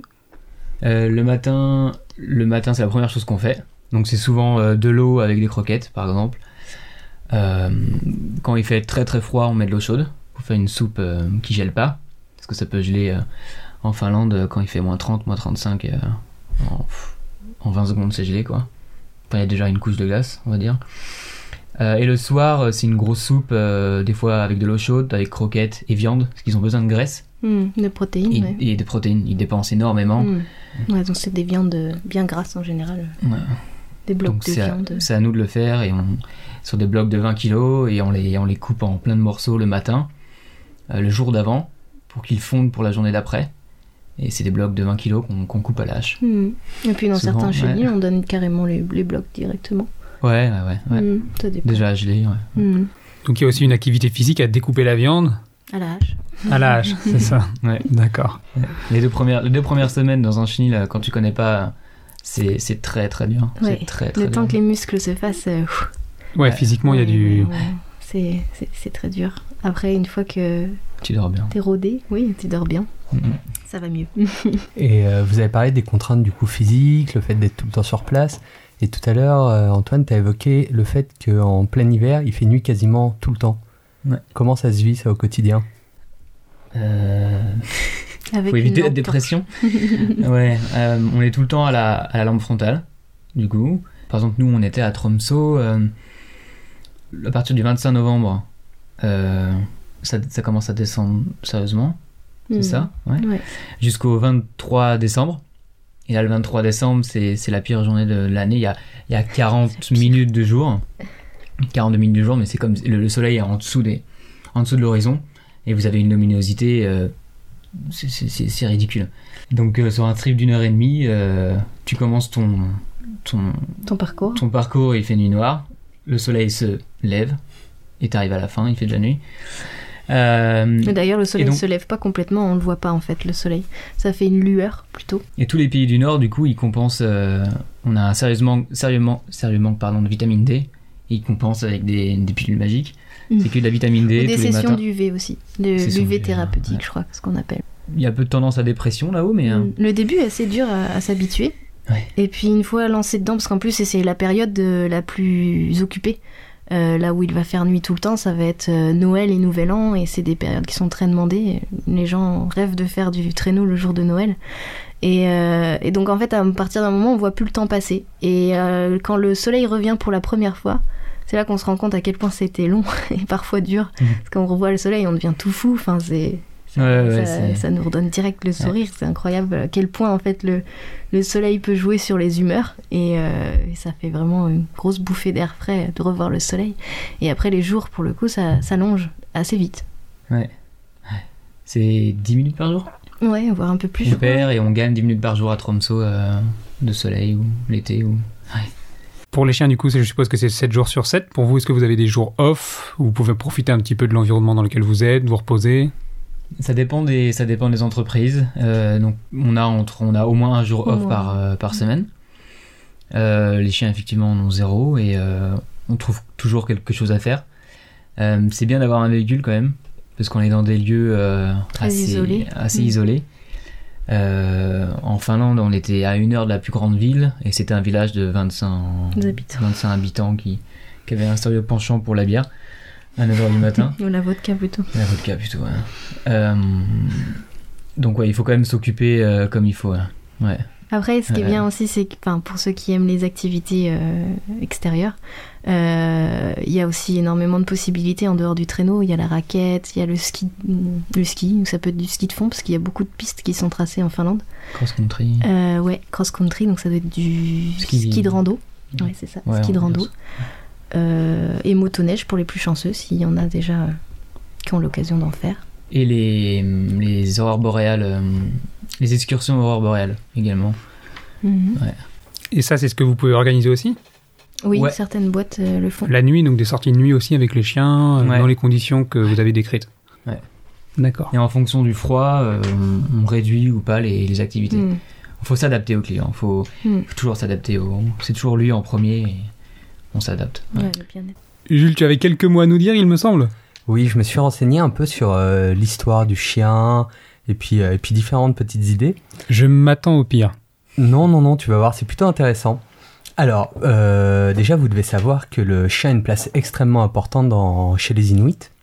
Euh, le matin, le matin, c'est la première chose qu'on fait. Donc c'est souvent euh, de l'eau avec des croquettes, par exemple. Euh, quand il fait très très froid, on met de l'eau chaude pour faire une soupe euh, qui gèle pas. parce que ça peut geler euh, en Finlande euh, quand il fait moins trente, moins trente-cinq, euh, en, en vingt secondes c'est gelé quoi. Enfin, il y a déjà une couche de glace, on va dire. Euh, et le soir, c'est une grosse soupe, euh, des fois avec de l'eau chaude, avec croquettes et viande, parce qu'ils ont besoin de graisse. Mmh, de protéines, et, ouais. et de protéines, ils dépensent énormément. Mmh. Ouais, donc c'est des viandes bien grasses en général. Ouais. Des blocs donc de c'est viande. À, c'est à nous de le faire, et on, sur des blocs de vingt kilos, et on les, on les coupe en plein de morceaux le matin, euh, le jour d'avant, pour qu'ils fondent pour la journée d'après. Et c'est des blocs de vingt kilos qu'on, qu'on coupe à la hache. Mmh. Et puis dans Souvent, certains chenils, ouais. on donne carrément les, les blocs directement. Ouais, ouais, ouais. ouais. Mmh, ça dépend. Déjà à geler, ouais. Mmh. Donc il y a aussi une activité physique à découper la viande À la hache. à la hache, c'est ça. Ouais. D'accord. Les deux premières, les deux premières semaines dans un chenil, quand tu connais pas, c'est, c'est très très dur. Ouais. C'est très très Le temps dur. que les muscles se fassent, euh, Ouais, Ouais. physiquement, il y a ouais, du... ouais, ouais. C'est, c'est, c'est très dur. Après, une fois que Tu dors bien. t'es rodé, oui, tu dors bien. Mhm. Ça va mieux. Et euh, vous avez parlé des contraintes du coup physiques, le fait d'être tout le temps sur place. Et tout à l'heure, euh, Antoine, tu as évoqué le fait qu'en plein hiver, il fait nuit quasiment tout le temps. Ouais. Comment ça se vit ça au quotidien? Euh... Avec Faut une éviter la lampe dépression. Ouais, euh, on est tout le temps à la, à la lampe frontale, du coup. Par exemple, nous, on était à Tromsø euh, à partir du vingt-cinq novembre. Euh, ça, ça commence à descendre sérieusement, c'est Mmh. ça ouais. Ouais. Jusqu'au vingt-trois décembre. Et là, le vingt-trois décembre, c'est, c'est la pire journée de l'année. Il y a, il y a quarante minutes de jour. quarante-deux minutes de jour, mais c'est comme le, le soleil est en dessous, des, en dessous de l'horizon. Et vous avez une luminosité, euh, c'est, c'est, c'est, c'est ridicule. Donc, euh, sur un trip d'une heure et demie, euh, tu commences ton, ton, Ton parcours. ton parcours, il fait nuit noire. Le soleil se lève. Et tu arrives à la fin, il fait déjà nuit. Euh, Mais d'ailleurs, le soleil et ne donc- se lève pas complètement, on le voit pas en fait, le soleil. Ça fait une lueur plutôt. Et tous les pays du Nord, du coup, ils compensent. Euh, on a un sérieusement, sérieusement, sérieux manque pardon, de vitamine D. Et ils compensent avec des, des pilules magiques. Mm. C'est que de la vitamine D Et des tous les sessions matins. d'U V aussi. De Sessions l'U V d'U V, thérapeutique, ouais. je crois, ce qu'on appelle. Il y a peu de tendance à dépression là-haut, mais. hein, Le début est assez dur à, à s'habituer. Ouais. Et puis une fois lancé dedans, parce qu'en plus c'est la période euh, la plus occupée, euh, là où il va faire nuit tout le temps, ça va être euh, Noël et Nouvel An, et c'est des périodes qui sont très demandées. Les gens rêvent de faire du traîneau le jour de Noël. Et, euh, et donc en fait, à partir d'un moment, on voit plus le temps passer. Et euh, quand le soleil revient pour la première fois, c'est là qu'on se rend compte à quel point c'était long et parfois dur. Mhm. Parce qu'on revoit le soleil, on devient tout fou. Enfin, c'est... Ça, Ouais, ouais, ça, c'est- ça nous redonne direct le sourire, c'est incroyable à quel point en fait le, le soleil peut jouer sur les humeurs et, euh, et ça fait vraiment une grosse bouffée d'air frais de revoir le soleil. Et après les jours, pour le coup, ça s'allonge assez vite. Ouais. C'est dix minutes par jour. Ouais, voire un peu plus. je On crois. perd et on gagne dix minutes par jour à Tromsø euh, de soleil ou l'été. Ou... Pour les chiens, du coup, c'est- je suppose que c'est sept jours sur sept. Pour vous, est-ce que vous avez des jours off où vous pouvez profiter un petit peu de l'environnement dans lequel vous êtes, vous reposer? Ça dépend des, ça dépend des entreprises. Euh, donc on a, entre, on a au moins un jour Au off moins. par, euh, par semaine. Euh, les chiens, effectivement, en ont zéro et euh, on trouve toujours quelque chose à faire. Euh, c'est bien d'avoir un véhicule quand même, parce qu'on est dans des lieux euh, Très assez, isolés. assez Mm. isolés. Euh, en Finlande, on était à une heure de la plus grande ville et c'était un village de vingt-cinq, Des habitants. vingt-cinq habitants qui, qui avait un sérieux penchant pour la bière à neuf heures du matin. Ou la vodka plutôt. La vodka plutôt, ouais. Euh, donc ouais, il faut quand même s'occuper euh, comme il faut. Ouais. ouais. Après, ce qui est Ouais. bien aussi, c'est que enfin, pour ceux qui aiment les activités euh, extérieures, euh, il y a aussi énormément de possibilités en dehors du traîneau. Il y a la raquette, il y a le ski, le ski, ou ça peut être du ski de fond, parce qu'il y a beaucoup de pistes qui sont tracées en Finlande. Cross-country. Euh, ouais, cross-country, donc ça doit être du Ski. ski, de rando. Ouais, c'est ça, Ouais, ski de on peut rando. dire Euh, et motoneige pour les plus chanceux, s'il y en a déjà euh, qui ont l'occasion d'en faire. Et les, les aurores boréales, euh, les excursions aurores boréales également. Mhm. Et ça, c'est ce que vous pouvez organiser aussi? Oui, Ouais. certaines boîtes euh, le font. La nuit, donc des sorties de nuit aussi avec les chiens, euh, Ouais. dans les conditions que vous avez décrites. Ouais. D'accord. Et en fonction du froid, euh, on, on réduit ou pas les, les activités. Il Mhm. faut s'adapter au client. Il faut, Mhm. faut toujours s'adapter au. C'est toujours lui en premier et on s'adapte. Ouais. Ouais, le bien-être. Jules, tu avais quelques mots à nous dire, il me semble. Oui, je me suis renseigné un peu sur euh, l'histoire du chien et puis, euh, et puis différentes petites idées. Je m'attends au pire. Non, non, non, tu vas voir, c'est plutôt intéressant. Alors, euh, déjà, vous devez savoir que le chien a une place extrêmement importante dans, chez les Inuits.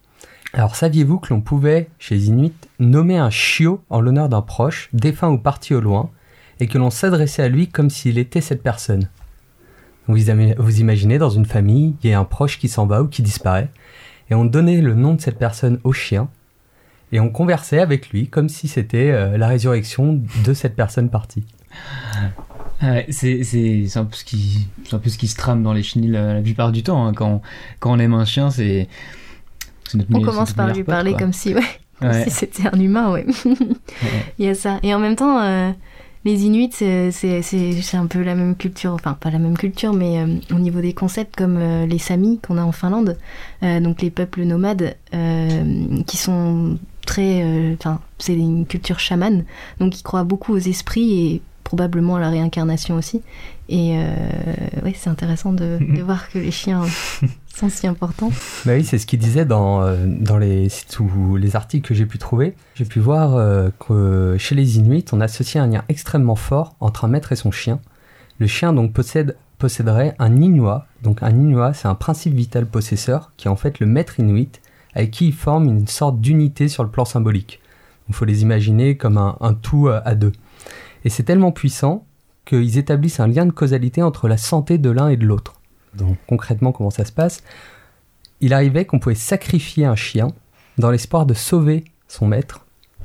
Alors, saviez-vous que l'on pouvait, chez les Inuits, nommer un chiot en l'honneur d'un proche, défunt ou parti au loin, et que l'on s'adressait à lui comme s'il était cette personne? Vous, vous imaginez, dans une famille, il y a un proche qui s'en va ou qui disparaît, et on donnait le nom de cette personne au chien, et on conversait avec lui comme si c'était euh, la résurrection de cette personne partie. Ouais, c'est, c'est, c'est, un peu ce qui, c'est un peu ce qui se trame dans les chenilles la, la plupart du temps. Hein. Quand, quand on aime un chien, c'est... c'est notre on meilleur, commence c'est par notre lui pote, parler quoi. comme si, ouais, comme Ouais. si c'était un humain, ouais. Ouais. Il y a ça. Et en même temps, euh, les Inuits, c'est, c'est, c'est, c'est un peu la même culture, enfin pas la même culture, mais euh, au niveau des concepts, comme euh, les Samis qu'on a en Finlande, euh, donc les peuples nomades euh, qui sont très... Enfin, euh, c'est une culture chamane, donc ils croient beaucoup aux esprits et probablement à la réincarnation aussi. Et euh, ouais, c'est intéressant de, de voir que les chiens sont si importants. Bah oui, c'est ce qu'il disait dans, euh, dans les, tous les articles que j'ai pu trouver. J'ai pu voir euh, que chez les Inuits, on associe un lien extrêmement fort entre un maître et son chien. Le chien donc possède, posséderait un Inuit. Donc un Inuit, c'est un principe vital possesseur qui est en fait le maître Inuit avec qui il forme une sorte d'unité sur le plan symbolique. Il faut les imaginer comme un, un tout à deux. Et c'est tellement puissant qu'ils établissent un lien de causalité entre la santé de l'un et de l'autre. Donc concrètement, comment ça se passe? Il arrivait qu'on pouvait sacrifier un chien dans l'espoir de sauver son maître.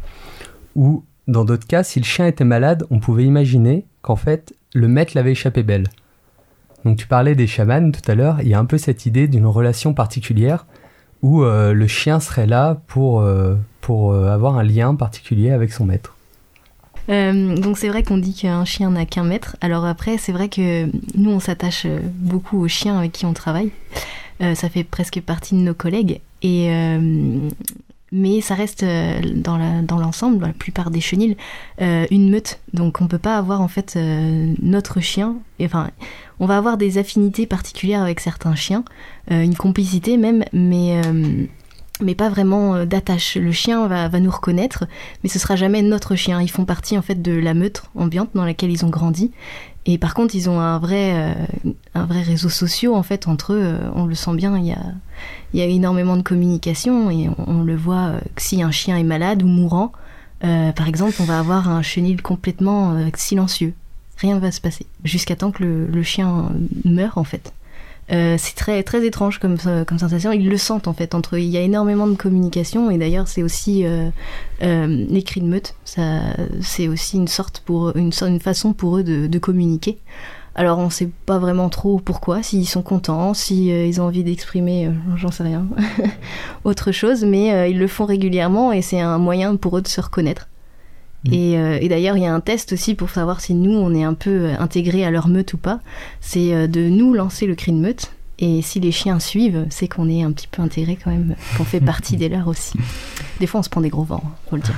Ou dans d'autres cas, si le chien était malade, on pouvait imaginer qu'en fait, le maître l'avait échappé belle. Donc tu parlais des chamans tout à l'heure, il y a un peu cette idée d'une relation particulière où euh, le chien serait là pour, euh, pour euh, avoir un lien particulier avec son maître. Euh, donc c'est vrai qu'on dit qu'un chien n'a qu'un maître. Alors après, c'est vrai que nous, on s'attache beaucoup aux chiens avec qui on travaille. Euh, ça fait presque partie de nos collègues. Et, euh, mais ça reste euh, dans, la, dans l'ensemble, dans la plupart des chenilles, euh, une meute. Donc on peut pas avoir en fait euh, notre chien. Et, enfin, on va avoir des affinités particulières avec certains chiens, euh, une complicité même, mais... Euh, mais pas vraiment d'attache. Le chien va, va nous reconnaître, mais ce sera jamais notre chien. Ils font partie en fait de la meute ambiante dans laquelle ils ont grandi. Et par contre, ils ont un vrai, euh, un vrai réseau social en fait entre eux. On le sent bien. Il y a, il y a énormément de communication et on, on le voit euh, que si un chien est malade ou mourant, euh, par exemple, on va avoir un chenil complètement euh, silencieux. Rien ne va se passer jusqu'à temps que le, le chien meure en fait. Euh, c'est très, très étrange comme, comme sensation. Ils le sentent en fait entre eux. Il y a énormément de communication et d'ailleurs c'est aussi euh, euh, les cris de meute. Ça, c'est aussi une sorte pour une, une façon pour eux de, de communiquer. Alors on sait pas vraiment trop pourquoi, s'ils sont contents, si euh, ils ont envie d'exprimer, euh, j'en sais rien, autre chose, mais euh, ils le font régulièrement et c'est un moyen pour eux de se reconnaître. Et, euh, et d'ailleurs, il y a un test aussi pour savoir si nous, on est un peu intégrés à leur meute ou pas. C'est euh, de nous lancer le cri de meute. Et si les chiens suivent, c'est qu'on est un petit peu intégrés quand même, qu'on fait partie des leurs aussi. Des fois, on se prend des gros vents, faut le dire.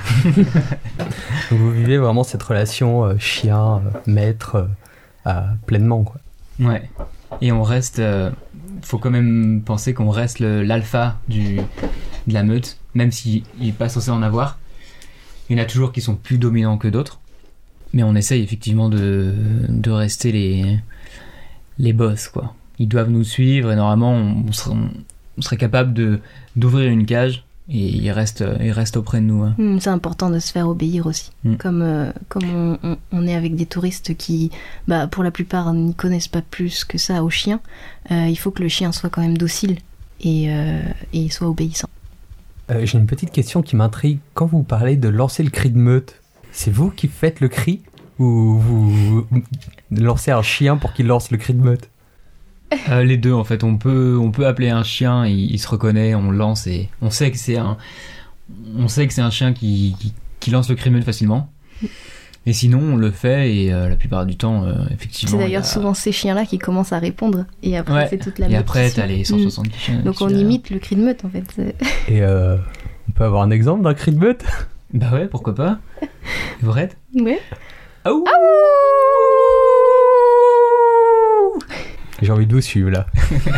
Donc vous vivez vraiment cette relation euh, chien-maître euh, à, pleinement, quoi. Ouais. Et on reste... Euh, faut quand même penser qu'on reste le, l'alpha du, de la meute, même s'il n'est pas censé en avoir. Il y en a toujours qui sont plus dominants que d'autres, mais on essaye effectivement de, de rester les, les boss, quoi. Ils doivent nous suivre et normalement on serait, on serait capable de, d'ouvrir une cage et ils restent, ils restent auprès de nous. Hein. Mmh, c'est important de se faire obéir aussi. Mmh. Comme, euh, comme on, on, on est avec des touristes qui, bah, pour la plupart, n'y connaissent pas plus que ça aux chiens, euh, il faut que le chien soit quand même docile et, euh, et soit obéissant. Euh, j'ai une petite question qui m'intrigue. Quand vous parlez de lancer le cri de meute, c'est vous qui faites le cri ou vous lancez un chien pour qu'il lance le cri de meute? euh, Les deux en fait. On peut, on peut appeler un chien, il, il se reconnaît, on le lance et on sait que c'est un, on sait que c'est un chien qui, qui, qui lance le cri de meute facilement. Et sinon, on le fait et euh, la plupart du temps, euh, effectivement. C'est d'ailleurs a... souvent ces chiens-là qui commencent à répondre et après ouais. c'est toute la meute. Et après, t'as les cent soixante mmh. chiens. Donc on imite le cri de meute en fait. Et euh, on peut avoir un exemple d'un cri de meute? Bah ouais, pourquoi pas. Vrai? Ouais. Aouh. J'ai envie de vous suivre là.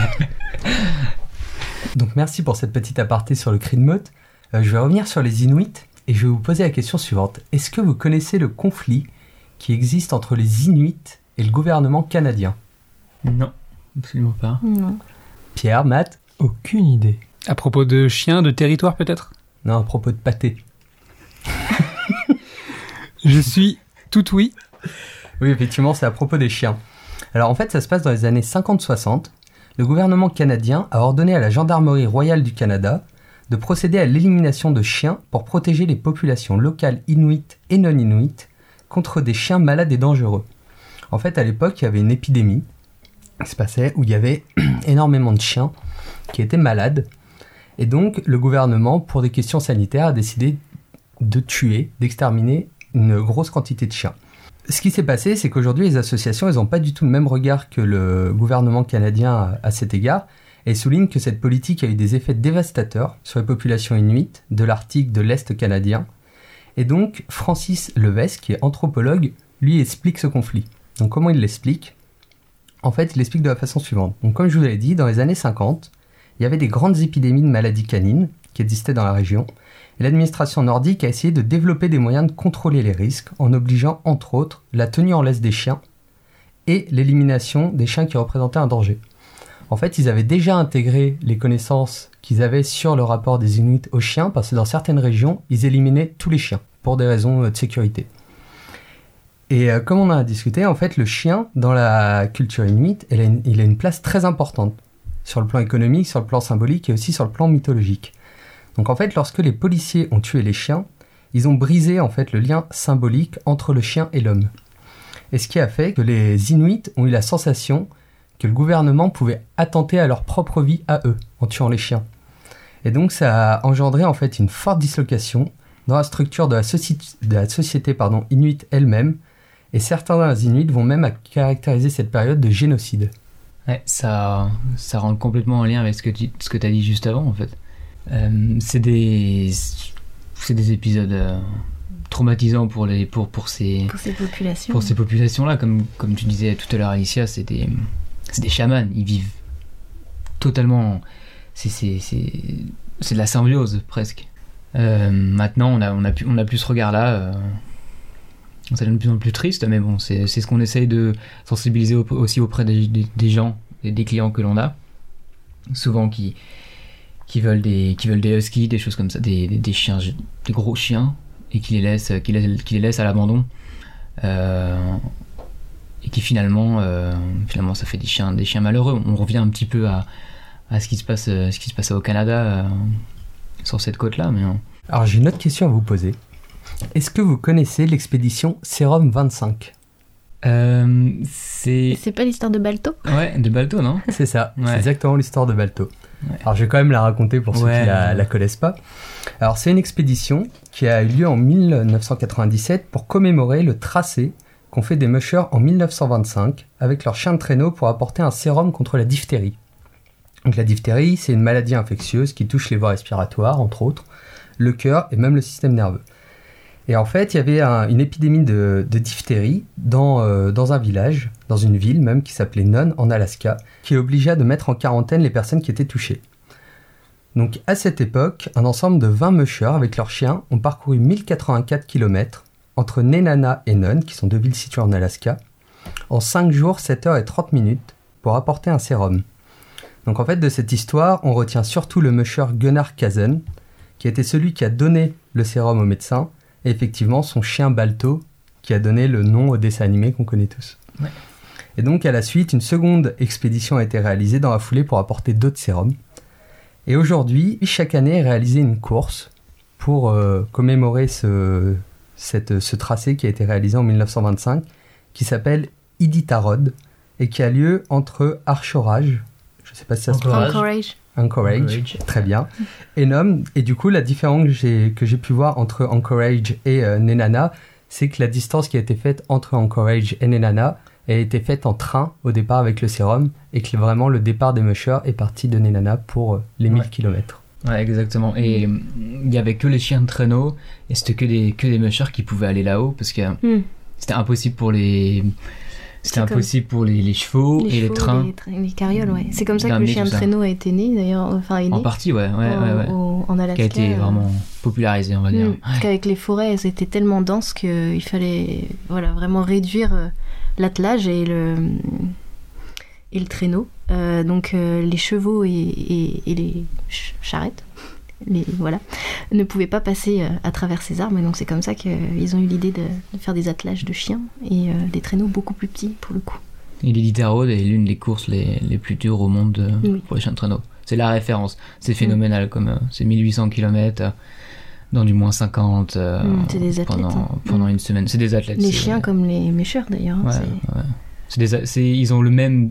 Donc merci pour cette petite aparté sur le cri de meute. Euh, je vais revenir sur les Inuits. Et je vais vous poser la question suivante. Est-ce que vous connaissez le conflit qui existe entre les Inuits et le gouvernement canadien? Non, absolument pas. Non. Pierre, Matt? Aucune idée. À propos de chiens, de territoire peut-être ? Non, à propos de pâté. Je suis tout oui. Oui, effectivement, c'est à propos des chiens. Alors en fait, ça se passe dans les années cinquante soixante. Le gouvernement canadien a ordonné à la Gendarmerie royale du Canada de procéder à l'élimination de chiens pour protéger les populations locales inuites et non inuites contre des chiens malades et dangereux. En fait, à l'époque, il y avait une épidémie qui se passait où il y avait énormément de chiens qui étaient malades. Et donc, le gouvernement, pour des questions sanitaires, a décidé de tuer, d'exterminer une grosse quantité de chiens. Ce qui s'est passé, c'est qu'aujourd'hui, les associations, elles n'ont pas du tout le même regard que le gouvernement canadien à, à cet égard. Et soulignent que cette politique a eu des effets dévastateurs sur les populations inuites de l'Arctique, de l'Est canadien. Et donc, Francis Levesque, qui est anthropologue, lui explique ce conflit. Donc, comment il l'explique ? En fait, il l'explique de la façon suivante. Donc, comme je vous l'ai dit, dans les années cinquante, il y avait des grandes épidémies de maladies canines qui existaient dans la région. Et l'administration nordique a essayé de développer des moyens de contrôler les risques en obligeant, entre autres, la tenue en laisse des chiens et l'élimination des chiens qui représentaient un danger. En fait, ils avaient déjà intégré les connaissances qu'ils avaient sur le rapport des Inuits aux chiens, parce que dans certaines régions, ils éliminaient tous les chiens, pour des raisons de sécurité. Et euh, comme on en a discuté, en fait, le chien, dans la culture inuite, il a, une, il a une place très importante, sur le plan économique, sur le plan symbolique et aussi sur le plan mythologique. Donc en fait, lorsque les policiers ont tué les chiens, ils ont brisé en fait le lien symbolique entre le chien et l'homme. Et ce qui a fait que les Inuits ont eu la sensation que le gouvernement pouvait attenter à leur propre vie à eux, en tuant les chiens. Et donc ça a engendré en fait une forte dislocation dans la structure de la, soci- de la société pardon, inuite elle-même, et certains Inuits vont même à caractériser cette période de génocide. Ouais, ça, ça rentre complètement en lien avec ce que tu ce que t'as dit juste avant, en fait. Euh, c'est des, c'est des épisodes euh, traumatisants pour, les, pour, pour, ces, Pour ces populations. pour ces populations-là, comme, comme tu disais tout à l'heure, Alicia, c'est des... C'est des chamans, ils vivent totalement... C'est, c'est, c'est, c'est de la symbiose, presque. Euh, maintenant, on a, on, a plus, on a plus ce regard-là. Euh, ça devient de plus en plus triste, mais bon, c'est, c'est ce qu'on essaye de sensibiliser au, aussi auprès des, des, des gens, des, des clients que l'on a. Souvent qui, qui, veulent des, qui veulent des huskies, des choses comme ça, des, des, des chiens, des gros chiens, et qui les laissent, qui les, qui les laissent à l'abandon. Euh... Et qui finalement, euh, finalement, ça fait des chiens, des chiens malheureux. On revient un petit peu à, à ce qui se passe, euh, ce qui se passait au Canada euh, sur cette côte-là. Mais on... Alors j'ai une autre question à vous poser. Est-ce que vous connaissez l'expédition Serum vingt-cinq ? euh, C'est. C'est pas l'histoire de Balto ? Ouais, de Balto, non ? C'est ça, Ouais. c'est exactement l'histoire de Balto. Ouais. Alors je vais quand même la raconter pour ceux Ouais, qui la, ouais. la connaissent pas. Alors c'est une expédition qui a eu lieu en dix-neuf cent quatre-vingt-dix-sept pour commémorer le tracé qu'ont fait des mushers en dix-neuf cent vingt-cinq avec leurs chiens de traîneau pour apporter un sérum contre la diphtérie. Donc la diphtérie, c'est une maladie infectieuse qui touche les voies respiratoires, entre autres, le cœur et même le système nerveux. Et en fait, il y avait un, une épidémie de, de diphtérie dans, euh, dans un village, dans une ville même, qui s'appelait Nome, en Alaska, qui obligea de mettre en quarantaine les personnes qui étaient touchées. Donc à cette époque, un ensemble de vingt mushers avec leurs chiens ont parcouru mille quatre-vingt-quatre kilomètres entre Nenana et Nome, qui sont deux villes situées en Alaska, en cinq jours, sept heures et trente minutes, pour apporter un sérum. Donc en fait, de cette histoire, on retient surtout le musher Gunnar Kazen, qui était celui qui a donné le sérum au médecin, et effectivement son chien Balto, qui a donné le nom au dessin animé qu'on connaît tous. Ouais. Et donc à la suite, une seconde expédition a été réalisée dans la foulée pour apporter d'autres sérums. Et aujourd'hui, chaque année est réalisée une course pour euh, commémorer ce... Cette, ce tracé qui a été réalisé en dix-neuf cent vingt-cinq, qui s'appelle Iditarod, et qui a lieu entre Archorage, je ne sais pas si ça se Anchorage. Anchorage. Anchorage, Anchorage. très bien, et Nome. Et du coup, la différence que j'ai, que j'ai pu voir entre Anchorage et euh, Nenana, c'est que la distance qui a été faite entre Anchorage et Nenana a été faite en train au départ avec le sérum, et que vraiment le départ des mushers est parti de Nenana pour euh, les mille Ouais. kilomètres. Ouais, exactement. Et il y avait que les chiens de traîneau, et c'était que des, que des mushers qui pouvaient aller là-haut, parce que Hmm. c'était impossible pour les... C'était C'est comme- impossible pour les, les chevaux et les chevaux, trains. Les, tra- les carrioles, ouais. C'est comme ça que le D'amener chien tout de ça. traîneau a été né, d'ailleurs. Enfin, est né. En partie, ouais, ouais, au- ouais, ouais. au- en Alaska. Qui a été euh, vraiment popularisé, on va dire. Mm, parce qu'avec les forêts, elles étaient tellement denses qu'il fallait voilà, vraiment réduire euh, l'attelage et le, et le traîneau. Euh, donc euh, les chevaux et, et, et les ch- charrettes, les, voilà, ne pouvaient pas passer euh, à travers ces arbres. Et donc c'est comme ça qu'ils ont eu l'idée de, de faire des attelages de chiens et euh, des traîneaux beaucoup plus petits pour le coup. Et l'Elite Road est l'une des courses les, les plus dures au monde euh, Oui. pour les chiens de traîneau. C'est la référence. C'est phénoménal, mm. comme euh, c'est mille huit cents kilomètres euh, dans du moins cinquante euh, mm, c'est des athlètes, pendant, hein. pendant mm. une semaine. C'est des athlètes. Les c'est, chiens ouais. comme les mécheurs d'ailleurs. Ouais, c'est... ouais. C'est des, c'est, ils ont le même,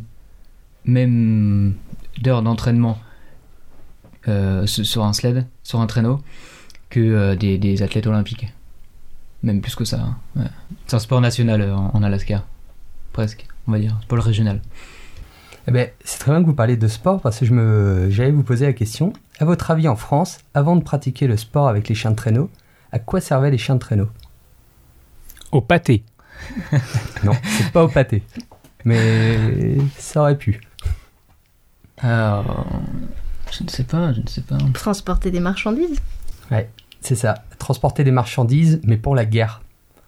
même d'heures d'entraînement euh, sur un sled, sur un traîneau, que euh, des, des athlètes olympiques. Même plus que ça. Hein. Ouais. C'est un sport national euh, en, en Alaska. Presque, on va dire. Sport régional. Eh ben, c'est très bien que vous parliez de sport parce que je me... j'allais vous poser la question. À votre avis, en France, avant de pratiquer le sport avec les chiens de traîneau, à quoi servaient les chiens de traîneau ? Au pâté. Non, c'est pas au pâté. Mais ça aurait pu. Alors, je ne sais pas, je ne sais pas. Transporter des marchandises. Ouais, c'est ça. Transporter des marchandises, mais pour la guerre.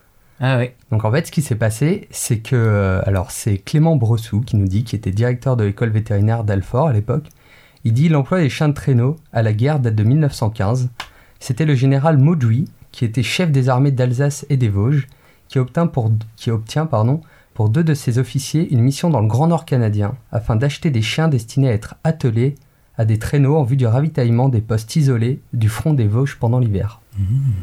Ah oui. Donc en fait, ce qui s'est passé, c'est que... euh, alors, c'est Clément Bressou qui nous dit, qui était directeur de l'école vétérinaire d'Alfort à l'époque. Il dit « L'emploi des chiens de traîneau à la guerre date de mille neuf cent quinze. C'était le général Mauduit, qui était chef des armées d'Alsace et des Vosges, qui obtint, pour, qui obtient pardon, pour deux de ses officiers une mission dans le Grand Nord canadien, afin d'acheter des chiens destinés à être attelés à des traîneaux en vue du ravitaillement des postes isolés du front des Vosges pendant l'hiver. Mmh. »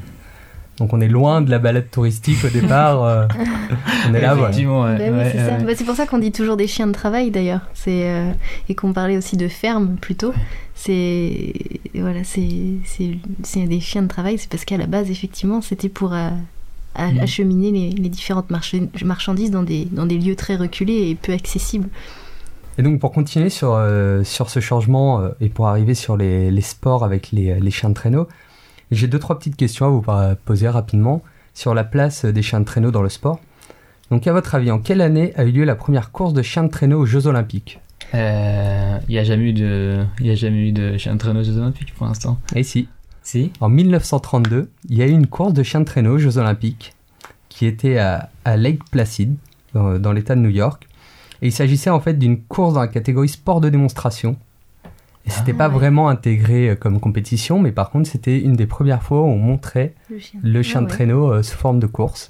Donc on est loin de la balade touristique au départ. euh, on est là, voilà. Effectivement, ouais. Bah oui, ouais, c'est, ouais, ça. ouais. Bah, c'est pour ça qu'on dit toujours des chiens de travail d'ailleurs. C'est, euh, et qu'on parlait aussi de ferme plutôt. C'est, voilà, c'est, c'est, c'est des chiens de travail. C'est parce qu'à la base, effectivement, c'était pour euh, à, Mmh. acheminer les, les différentes march- marchandises dans des, dans des lieux très reculés et peu accessibles. Et donc pour continuer sur, euh, sur ce changement euh, et pour arriver sur les, les sports avec les, les chiens de traîneau, j'ai deux, trois petites questions à vous poser rapidement sur la place des chiens de traîneau dans le sport. Donc à votre avis, en quelle année a eu lieu la première course de chiens de traîneau aux Jeux Olympiques ? Il euh, n'y a jamais eu de, il y a jamais eu de chien de traîneau aux Jeux Olympiques pour l'instant. Eh si. Si. En mille neuf cent trente-deux, il y a eu une course de chiens de traîneau aux Jeux Olympiques qui était à, à Lake Placid, dans, dans l'État de New York. Et il s'agissait en fait d'une course dans la catégorie sport de démonstration. Et c'était Ah, pas ouais. vraiment intégré comme compétition, mais par contre c'était une des premières fois où on montrait Le chien, le chien Ah, de ouais. traîneau euh, sous forme de course.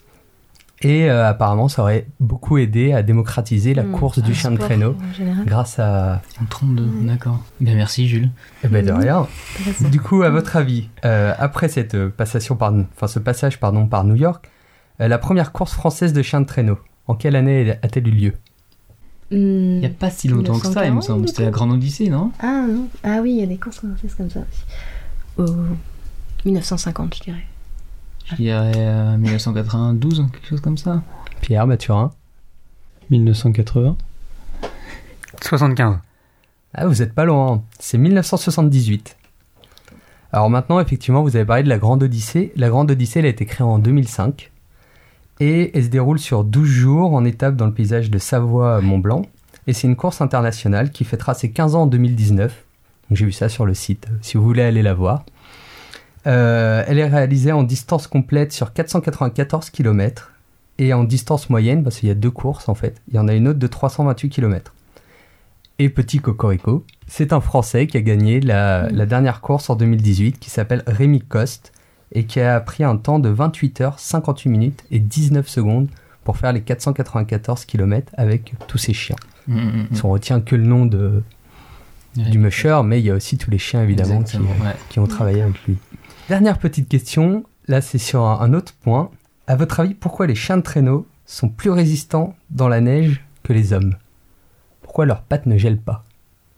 Et euh, apparemment ça aurait beaucoup aidé à démocratiser la Mmh. course du Le chien de sport, traîneau en général. grâce à... En trente-deux, Ouais. d'accord. Bien, merci Jules. Eh ben de Mmh. rien. Intéressant. Du coup, à votre avis, euh, après cette euh, passation par, enfin ce passage pardon par New York, euh, la première course française de chiens de traîneau, en quelle année a-t-elle eu lieu ? Hmm. Il n'y a pas si longtemps que ça, il me mille neuf cent quarante, semble. C'était la Grande Odyssée, non ? Ah non, ah oui, il y a des courses françaises comme ça aussi. Au mille neuf cent cinquante, je dirais. Je dirais euh, mille neuf cent quatre-vingt-douze, quelque chose comme ça. Pierre, Mathurin. mille neuf cent quatre-vingts. soixante-quinze. Ah, vous êtes pas loin. C'est mille neuf cent soixante-dix-huit. Alors maintenant, effectivement, vous avez parlé de la Grande Odyssée. La Grande Odyssée, elle a été créée en deux mille cinq. Et elle se déroule sur douze jours en étape dans le paysage de Savoie-Mont-Blanc. Et c'est une course internationale qui fêtera ses quinze ans en deux mille dix-neuf. Donc, j'ai vu ça sur le site, si vous voulez aller la voir. Euh, elle est réalisée en distance complète sur quatre cent quatre-vingt-quatorze kilomètres. Et en distance moyenne, parce qu'il y a deux courses en fait, il y en a une autre de trois cent vingt-huit kilomètres. Et petit cocorico, c'est un Français qui a gagné la, la dernière course en deux mille dix-huit, qui s'appelle Rémi Coste, et qui a pris un temps de vingt-huit heures, cinquante-huit minutes et dix-neuf secondes pour faire les quatre cent quatre-vingt-quatorze kilomètres avec tous ses chiens. Mmh, mmh, Si on retient que le nom de, mmh. du musher, mais il y a aussi tous les chiens évidemment qui, Exactement, ouais. qui ont travaillé avec lui. Dernière petite question, là c'est sur un, un autre point. À votre avis, pourquoi les chiens de traîneau sont plus résistants dans la neige que les hommes ? Pourquoi leurs pattes ne gèlent pas ?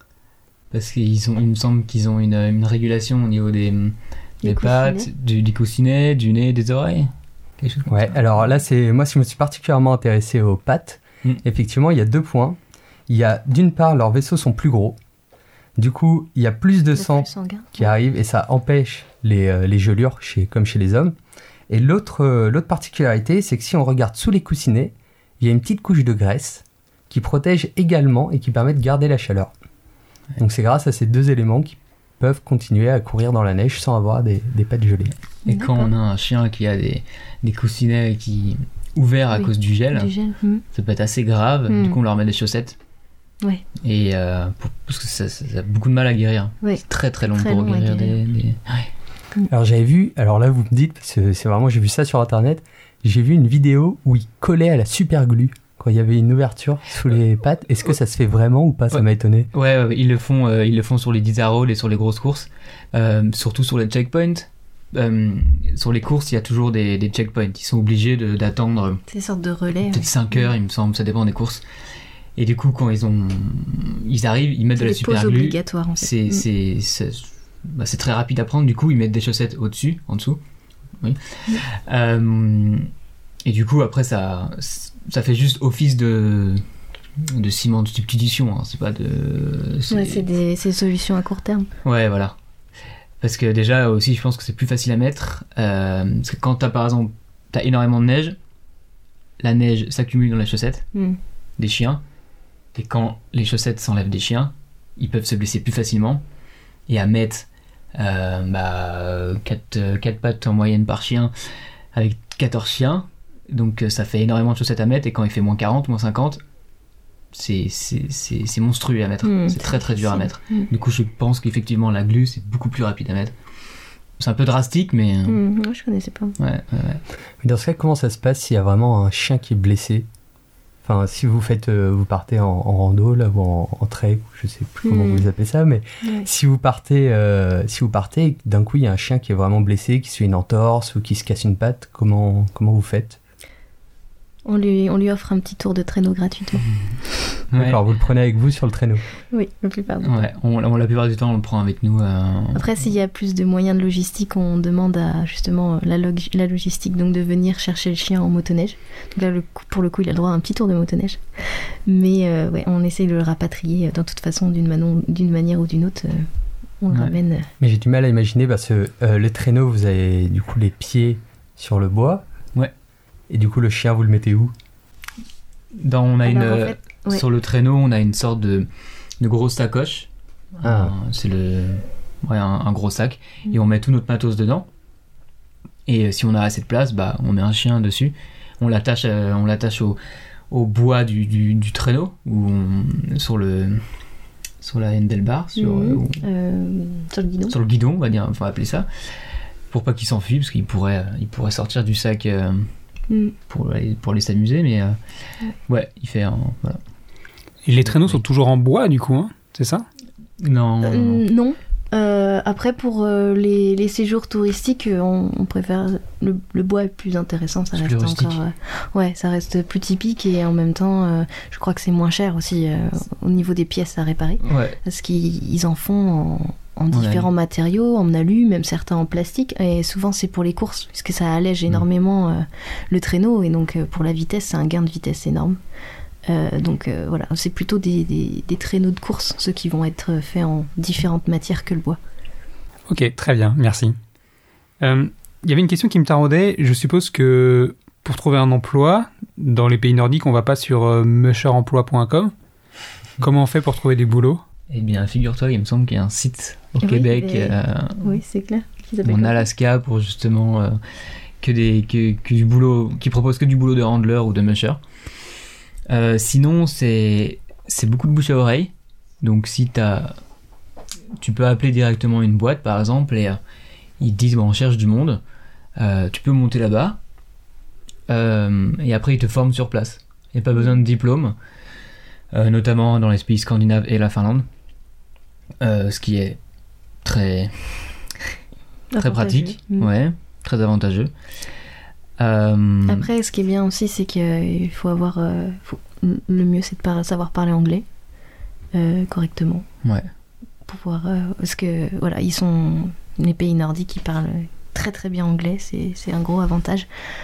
Parce qu'il me semble qu'ils ont une, une régulation au niveau des, des Des pattes, coussinets. du, du coussinet, du nez, des oreilles. Quelque chose comme Ouais, ça. alors là, c'est moi, je me suis particulièrement intéressé aux pattes. Mm. Effectivement, il y a deux points. Il y a, d'une part, leurs vaisseaux sont plus gros. Du coup, il y a plus de Le sang flux sanguin. qui arrive et ça empêche les, euh, les gelures chez, comme chez les hommes. Et l'autre, euh, l'autre particularité, c'est que si on regarde sous les coussinets, il y a une petite couche de graisse qui protège également et qui permet de garder la chaleur. Donc c'est grâce à ces deux éléments qu'ils peuvent continuer à courir dans la neige sans avoir des, des pattes gelées. Et quand D'accord. on a un chien qui a des, des coussinets qui ouverts à Oui, cause du gel, Du gel. hmm. ça peut être assez grave. Mm. Du coup, on leur met des chaussettes Ouais. Et euh, pour- parce que ça, ça- ça a beaucoup de mal à guérir. Ouais. C'est très très long Très pour long à guérir des, guérir. des- Ouais. Alors j'avais vu, alors là vous me dites, parce que c'est vraiment, j'ai vu ça sur internet, j'ai vu une vidéo où il collait à la super glue quand il y avait une ouverture sous les pattes. Est-ce que ça se fait vraiment ou pas? Ça Ouais. m'a étonné. Ouais, ouais, ils le font, euh, ils le font sur les Dizza Roll et sur les grosses courses, euh, surtout sur les checkpoints. Euh, sur les courses, il y a toujours des, des checkpoints. Ils sont obligés de- d'attendre C'est une sorte de relais. peut-être ouais. cinq heures, il me semble, ça dépend des courses. Et du coup, quand ils ont, ils arrivent, ils mettent C'est de la des pauses super glue. obligatoires en fait. C'est, Mm. c'est, c'est, bah, c'est très rapide à prendre. Du coup, ils mettent des chaussettes au-dessus, en dessous. Oui. Mm. Euh, et du coup, après, ça, ça fait juste office de, de ciment de substitution. Hein. C'est pas de. Ouais, c'est des c'est des solutions à court terme. Ouais, voilà. Parce que déjà aussi, je pense que c'est plus facile à mettre. euh, parce que quand t'as par exemple, t'as énormément de neige, la neige s'accumule dans les chaussettes Mm. des chiens. Et quand les chaussettes s'enlèvent des chiens, ils peuvent se blesser plus facilement. Et à mettre euh, bah, quatre pattes en moyenne par chien avec quatorze chiens, donc euh, ça fait énormément de chaussettes à mettre. Et quand il fait moins quarante, moins cinquante, c'est, c'est, c'est, c'est monstrueux à mettre. Mm, c'est très très dur à mettre. Mm. Du coup, je pense qu'effectivement, la glue, c'est beaucoup plus rapide à mettre. C'est un peu drastique, mais. euh, Mm, ouais, je connaissais pas. Ouais, ouais, ouais. Mais dans ce cas, comment ça se passe s'il y a vraiment un chien qui est blessé? Enfin, si vous faites, euh, vous partez en, en rando là ou en, en trek, je sais plus comment Mm. vous appelez ça, mais Ouais. si vous partez, euh, si vous partez, et que d'un coup il y a un chien qui est vraiment blessé, qui se fait une entorse ou qui se casse une patte, comment comment vous faites? On lui, on lui offre un petit tour de traîneau gratuitement. Ouais. D'accord, vous le prenez avec vous sur le traîneau. Oui, la plupart du temps. Ouais, on, on- la plupart du temps, on le prend avec nous. euh, Après, s'il y a plus de moyens de logistique, on demande à justement la, log- la logistique donc de venir chercher le chien en motoneige. Donc là, le coup- pour le coup, il a le droit à un petit tour de motoneige. Mais euh, ouais, on essaye de le rapatrier euh, dans toute façon d'une manon- d'une manière ou d'une autre. euh, on le Ouais. ramène. euh, Mais j'ai du mal à imaginer parce que euh, le traîneau, vous avez du coup les pieds sur le bois. Ouais. Et du coup, le chien, vous le mettez où? Dans, on a Alors, une, en euh, fait, ouais. sur le traîneau, on a une sorte de, de grosse sacoche. Ah. Un- c'est le, ouais, un, un gros sac. Et on met tout notre matos dedans. Et euh, si on a assez de place, bah, on met un chien dessus. On l'attache, euh, on l'attache au, au bois du, du, du traîneau, ou on- sur le, sur la handlebar, sur, Mhm. euh, ou- Euh, sur le guidon. sur le guidon, on va dire, on va appeler ça, pour pas qu'il s'enfuit, parce qu'il pourrait, il pourrait sortir du sac euh, Mm. pour aller, pour aller s'amuser, mais euh, ouais, il fait un, voilà. Et les traîneaux sont toujours en bois, du coup, hein, c'est ça? Non, Euh, non, non. non. Euh, après, pour euh, les, les séjours touristiques, euh, on, on préfère le, le bois est plus intéressant. Ça C'est reste plus rustique. encore, euh, ouais, ça reste plus typique et en même temps, euh, je crois que c'est moins cher aussi euh, au niveau des pièces à réparer, Ouais, parce qu'ils ils en font en, en En différents alu. matériaux, en alu, même certains en plastique. Et souvent, c'est pour les courses, puisque ça allège Mm. énormément euh, le traîneau et donc euh, pour la vitesse, c'est un gain de vitesse énorme. Euh, donc euh, voilà, c'est plutôt des, des, des traîneaux de course, ceux qui vont être faits en différentes matières que le bois. Ok, très bien, merci. Euh, Il y avait une question qui me taraudait. Je suppose que pour trouver un emploi, dans les pays nordiques, on va pas sur euh, musher emploi point com. Comment on fait pour trouver des boulots? eh bien, figure-toi, il me semble qu'il y a un site au Oui, Québec, mais- euh, Oui, c'est clair. en Alaska, pour justement euh, que des que, que du boulot, qui propose que du boulot de handler ou de musher. Euh, sinon, c'est c'est beaucoup de bouche à oreille. Donc, si t'as, tu peux appeler directement une boîte, par exemple, et euh, ils te disent bon, on cherche du monde. Euh, tu peux monter là-bas, euh, et après ils te forment sur place. Il n'y a pas besoin de diplôme, euh, notamment dans les pays scandinaves et la Finlande, euh, ce qui est très très pratique, Mm. ouais, très avantageux. Euh, Après, ce qui est bien aussi, c'est qu'il faut avoir. euh, faut- le mieux, c'est de par- savoir parler anglais euh, correctement. Ouais. Pour pouvoir, euh, parce que voilà, ils sont les pays nordiques, ils parlent très très bien anglais, c'est c'est un gros avantage.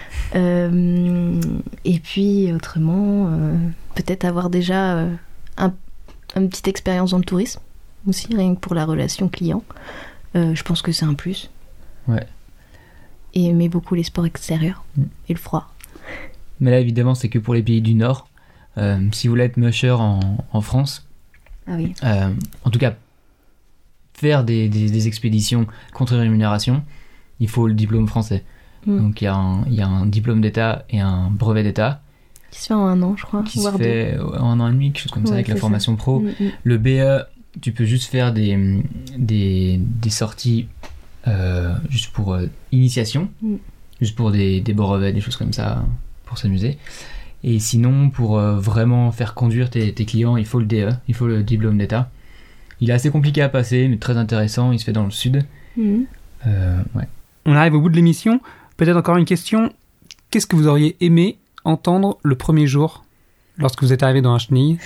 Euh, et puis autrement, euh, peut-être avoir déjà euh, un, une petite expérience dans le tourisme aussi, rien que pour la relation client. Euh, je pense que c'est un plus. Ouais. Et aimer beaucoup les sports extérieurs Mm. et le froid. Mais là, évidemment, c'est que pour les pays du Nord. Euh, si vous voulez être musher en, en France, Ah oui. euh, en tout cas, faire des, des, des expéditions contre rémunération, il faut le diplôme français. Mm. Donc il y, a un- il y a un diplôme d'État et un brevet d'État. Qui se fait en un an, je crois. qui se voire deux. fait en un an et demi, quelque chose comme ça, Ouais, avec la c'est formation pro. Mm, mm. Le B E, tu peux juste faire des, des, des sorties euh, juste pour euh, initiation, Mm. juste pour des, des brevets, des choses comme ça, pour s'amuser. Et sinon, pour euh, vraiment faire conduire tes, tes clients, il faut le D E, il faut le diplôme d'État. Il est assez compliqué à passer, mais très intéressant, il se fait dans le sud. Mm. Euh, ouais. On arrive au bout de l'émission. Peut-être encore une question. Qu'est-ce que vous auriez aimé entendre le premier jour lorsque vous êtes arrivé dans un chenil?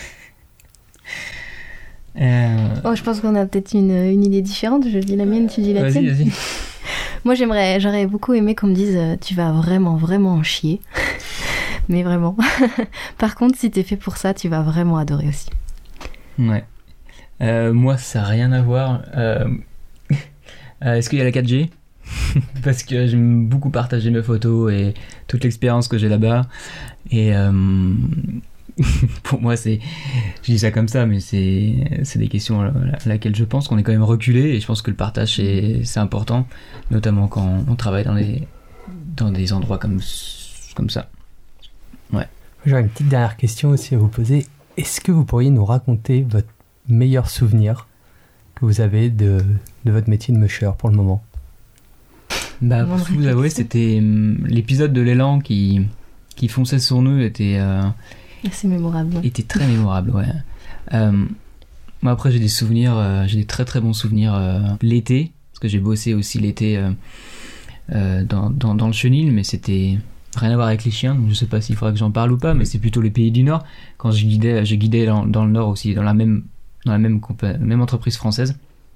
Euh, Oh, je pense qu'on a peut-être une, une idée différente. Je dis la mienne, tu dis la vas-y, tienne. vas-y. Moi, j'aimerais, j'aurais beaucoup aimé qu'on me dise euh, tu vas vraiment, vraiment en chier. Mais vraiment. Par contre, si t'es fait pour ça, tu vas vraiment adorer aussi. Ouais. Euh, moi, ça n'a rien à voir. Euh, euh, Est-ce qu'il y a la quatre G? Parce que j'aime beaucoup partager mes photos et toute l'expérience que j'ai là-bas. Et euh, pour moi, c'est, je dis ça comme ça, mais c'est, c'est des questions à laquelle je pense qu'on est quand même reculé. Et je pense que le partage, c'est, c'est important, notamment quand on travaille dans des, dans des endroits comme, comme ça. J'aurais une petite dernière question aussi à vous poser. Est-ce que vous pourriez nous raconter votre meilleur souvenir que vous avez de, de votre métier de musher pour le moment? Bah, Moment pour de tout vous avouer, réflexion. c'était hum, l'épisode de l'élan qui, qui fonçait sur nous était, euh, C'est mémorable. était très mémorable, ouais. Euh, moi, après, j'ai des souvenirs, euh, j'ai des très très bons souvenirs euh, l'été, parce que j'ai bossé aussi l'été euh, euh, dans, dans, dans le chenil, mais c'était rien à voir avec les chiens, donc je sais pas s'il faudrait que j'en parle ou pas, mais c'est plutôt les pays du Nord. Quand je guidais, je guidais dans, dans le Nord aussi, dans la même, dans la même, compa- même entreprise française.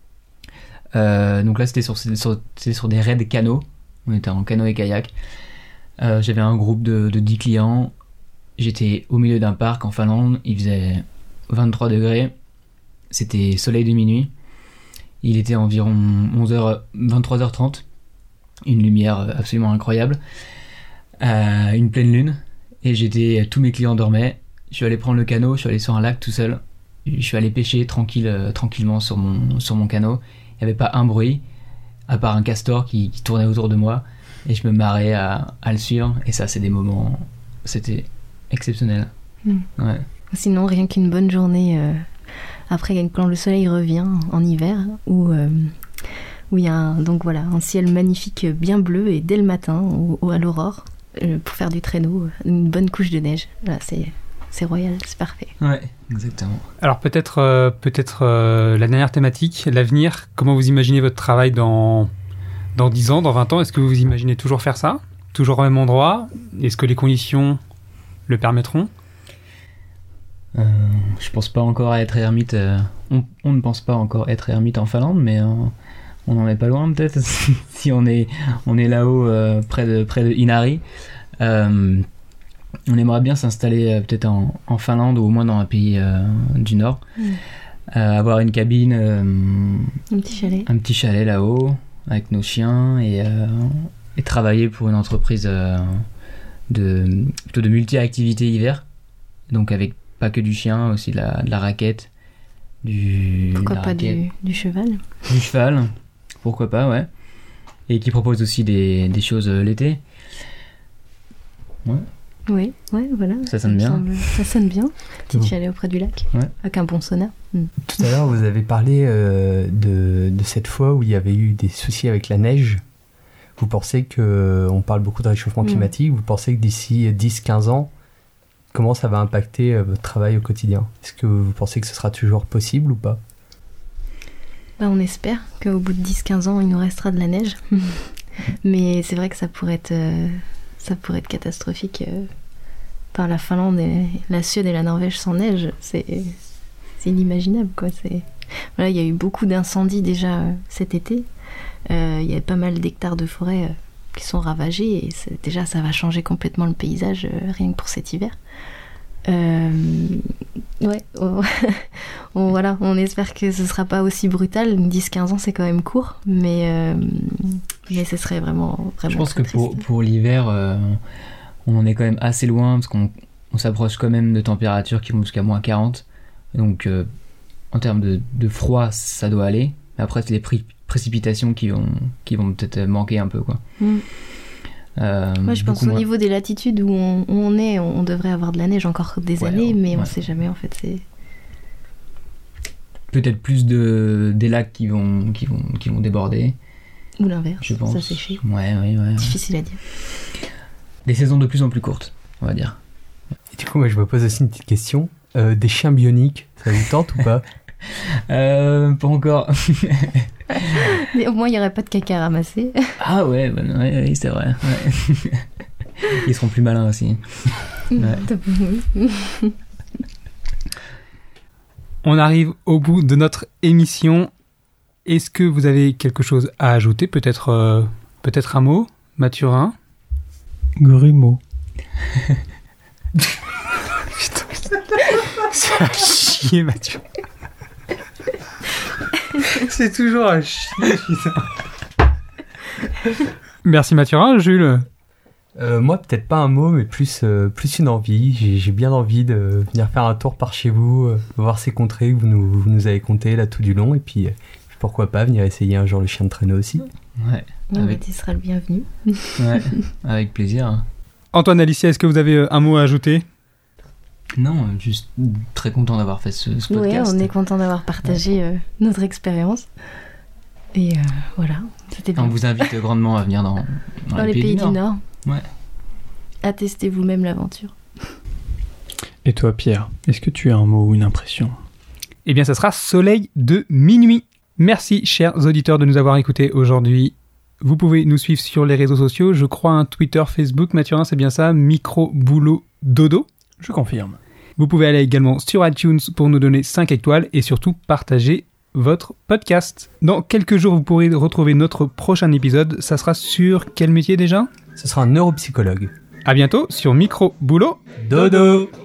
Euh, donc là, c'était sur, sur, c'était sur des raids canot. On était en canot et kayak. Euh, j'avais un groupe de, de dix clients. J'étais au milieu d'un parc en Finlande. Il faisait vingt-trois degrés. C'était soleil de minuit. Il était environ onze heures, vingt-trois heures trente. Une lumière absolument incroyable. Euh, une pleine lune. Et j'étais, tous mes clients dormaient. Je suis allé prendre le canot. Je suis allé sur un lac tout seul. Je suis allé pêcher tranquille, euh, tranquillement sur mon, sur mon canot. Il n'y avait pas un bruit, à part un castor qui, qui tournait autour de moi. Et je me marrais à, à le suivre. Et ça, c'est des moments... C'était exceptionnel. Mm. Ouais. Sinon, rien qu'une bonne journée euh, après, quand le soleil revient en hiver, où euh, où il y a un, donc voilà, un ciel magnifique bien bleu, et dès le matin, ou, ou à l'aurore, euh, pour faire du traîneau, une bonne couche de neige. Voilà, c'est, c'est royal, c'est parfait. Ouais, exactement. Alors peut-être, euh, peut-être euh, la dernière thématique, l'avenir. Comment vous imaginez votre travail dans, dans dix ans, dans vingt ans? Est-ce que vous imaginez toujours faire ça? Toujours au même endroit? Est-ce que les conditions le permettront? Euh, je pense pas encore à être ermite. euh, on, on ne pense pas encore être ermite en Finlande, mais euh, on n'en est pas loin peut-être. Si on est, on est là-haut, euh, près de, près de Inari. Euh, on aimerait bien s'installer euh, peut-être en, en Finlande ou au moins dans un pays euh, du Nord. Mm. Euh, avoir une cabine, euh, Un petit chalet. un petit chalet là-haut avec nos chiens et, euh, et travailler pour une entreprise euh, de, plutôt de multi-activités hiver. Donc avec pas que du chien, aussi de la, de la raquette, du, Pourquoi de la pas raquette, du, du cheval? du cheval, pourquoi pas, ouais. Et qui propose aussi des, des choses euh, l'été. Ouais. Oui, ouais, voilà. Ça sonne me bien. semble- ça sonne bien. Petit Bon. chalet auprès du lac, Ouais. avec un bon sauna. Mm. Tout à l'heure, vous avez parlé euh, de, de cette fois où il y avait eu des soucis avec la neige. Vous pensez que, on parle beaucoup de réchauffement Mm. climatique, vous pensez que d'ici dix à quinze ans, comment ça va impacter euh, votre travail au quotidien? Est-ce que vous pensez que ce sera toujours possible ou pas? Bah, on espère qu'au bout de dix à quinze ans, il nous restera de la neige. Mais c'est vrai que ça pourrait être, euh, ça pourrait être catastrophique. euh. Enfin, la Finlande, et la Suède et la Norvège sans neige, c'est, c'est inimaginable, quoi. C'est... Voilà, il y a eu beaucoup d'incendies déjà euh, cet été. Euh, il y a pas mal d'hectares de forêt euh, qui sont ravagés. Et c'est, déjà, ça va changer complètement le paysage, euh, rien que pour cet hiver. Euh, ouais, on, on- voilà, on espère que ce sera pas aussi brutal. dix à quinze ans, c'est quand même court, mais, euh, mais ce serait vraiment, vraiment Je pense très que pour, triste. pour l'hiver, euh, on en est quand même assez loin parce qu'on on s'approche quand même de températures qui vont jusqu'à moins quarante. Donc, euh, en termes de, de froid, ça doit aller. Après, c'est les pré- précipitations qui vont, qui vont peut-être manquer un peu, quoi. Mm. Euh, Moi, je pense beaucoup au moins. niveau des latitudes où on, où on est, on devrait avoir de la neige encore des Ouais, années, mais on ouais. sait jamais en fait. C'est... Peut-être plus de des lacs qui vont qui vont qui vont déborder, Ou l'inverse, je pense. ça sécher. Ouais, ouais, ouais. Difficile à dire. Des saisons de plus en plus courtes, on va dire. Et du coup, moi, je me pose aussi une petite question. Euh, des chiens bioniques, ça vous tente ou pas? Euh, pas encore. Mais au moins, il n'y aurait pas de caca à ramasser. Ah ouais, bah, ouais, ouais, c'est vrai. Ouais. Ils seront plus malins aussi. Ouais. On arrive au bout de notre émission. Est-ce que vous avez quelque chose à ajouter? Peut-être euh, peut-être un mot, Mathurin? Grumeau. Putain, c'est à chier, Mathieu. C'est toujours à chier, putain. Merci, Mathurin. Jules? Euh, moi, peut-être pas un mot, mais plus, euh, plus une envie. J'ai, j'ai bien envie de venir faire un tour par chez vous, euh, voir ces contrées que vous nous, vous nous avez contées là tout du long, et puis euh, pourquoi pas venir essayer un jour le chien de traîneau aussi. Ouais, Non, avec, mais tu seras le bienvenu. ouais, avec plaisir. Antoine, Alicia, est-ce que vous avez un mot à ajouter? Non, juste très content d'avoir fait ce, ce Oui, podcast. on est content d'avoir partagé euh, notre expérience. Et euh, voilà, c'était bien. On vous invite grandement à venir dans, dans, Dans les pays du Nord. Ouais. Attestez vous-même l'aventure. Et toi, Pierre, est-ce que tu as un mot ou une impression? Eh bien, ça sera Soleil de minuit. Merci, chers auditeurs, de nous avoir écoutés aujourd'hui. Vous pouvez nous suivre sur les réseaux sociaux. Je crois un Twitter, Facebook. Mathurin, c'est bien ça? Micro, boulot, dodo. Je confirme. Vous pouvez aller également sur iTunes pour nous donner cinq étoiles et surtout partager votre podcast. Dans quelques jours, vous pourrez retrouver notre prochain épisode. Ça sera sur quel métier déjà? Ce sera un neuropsychologue. À bientôt sur Micro, boulot, Dodo!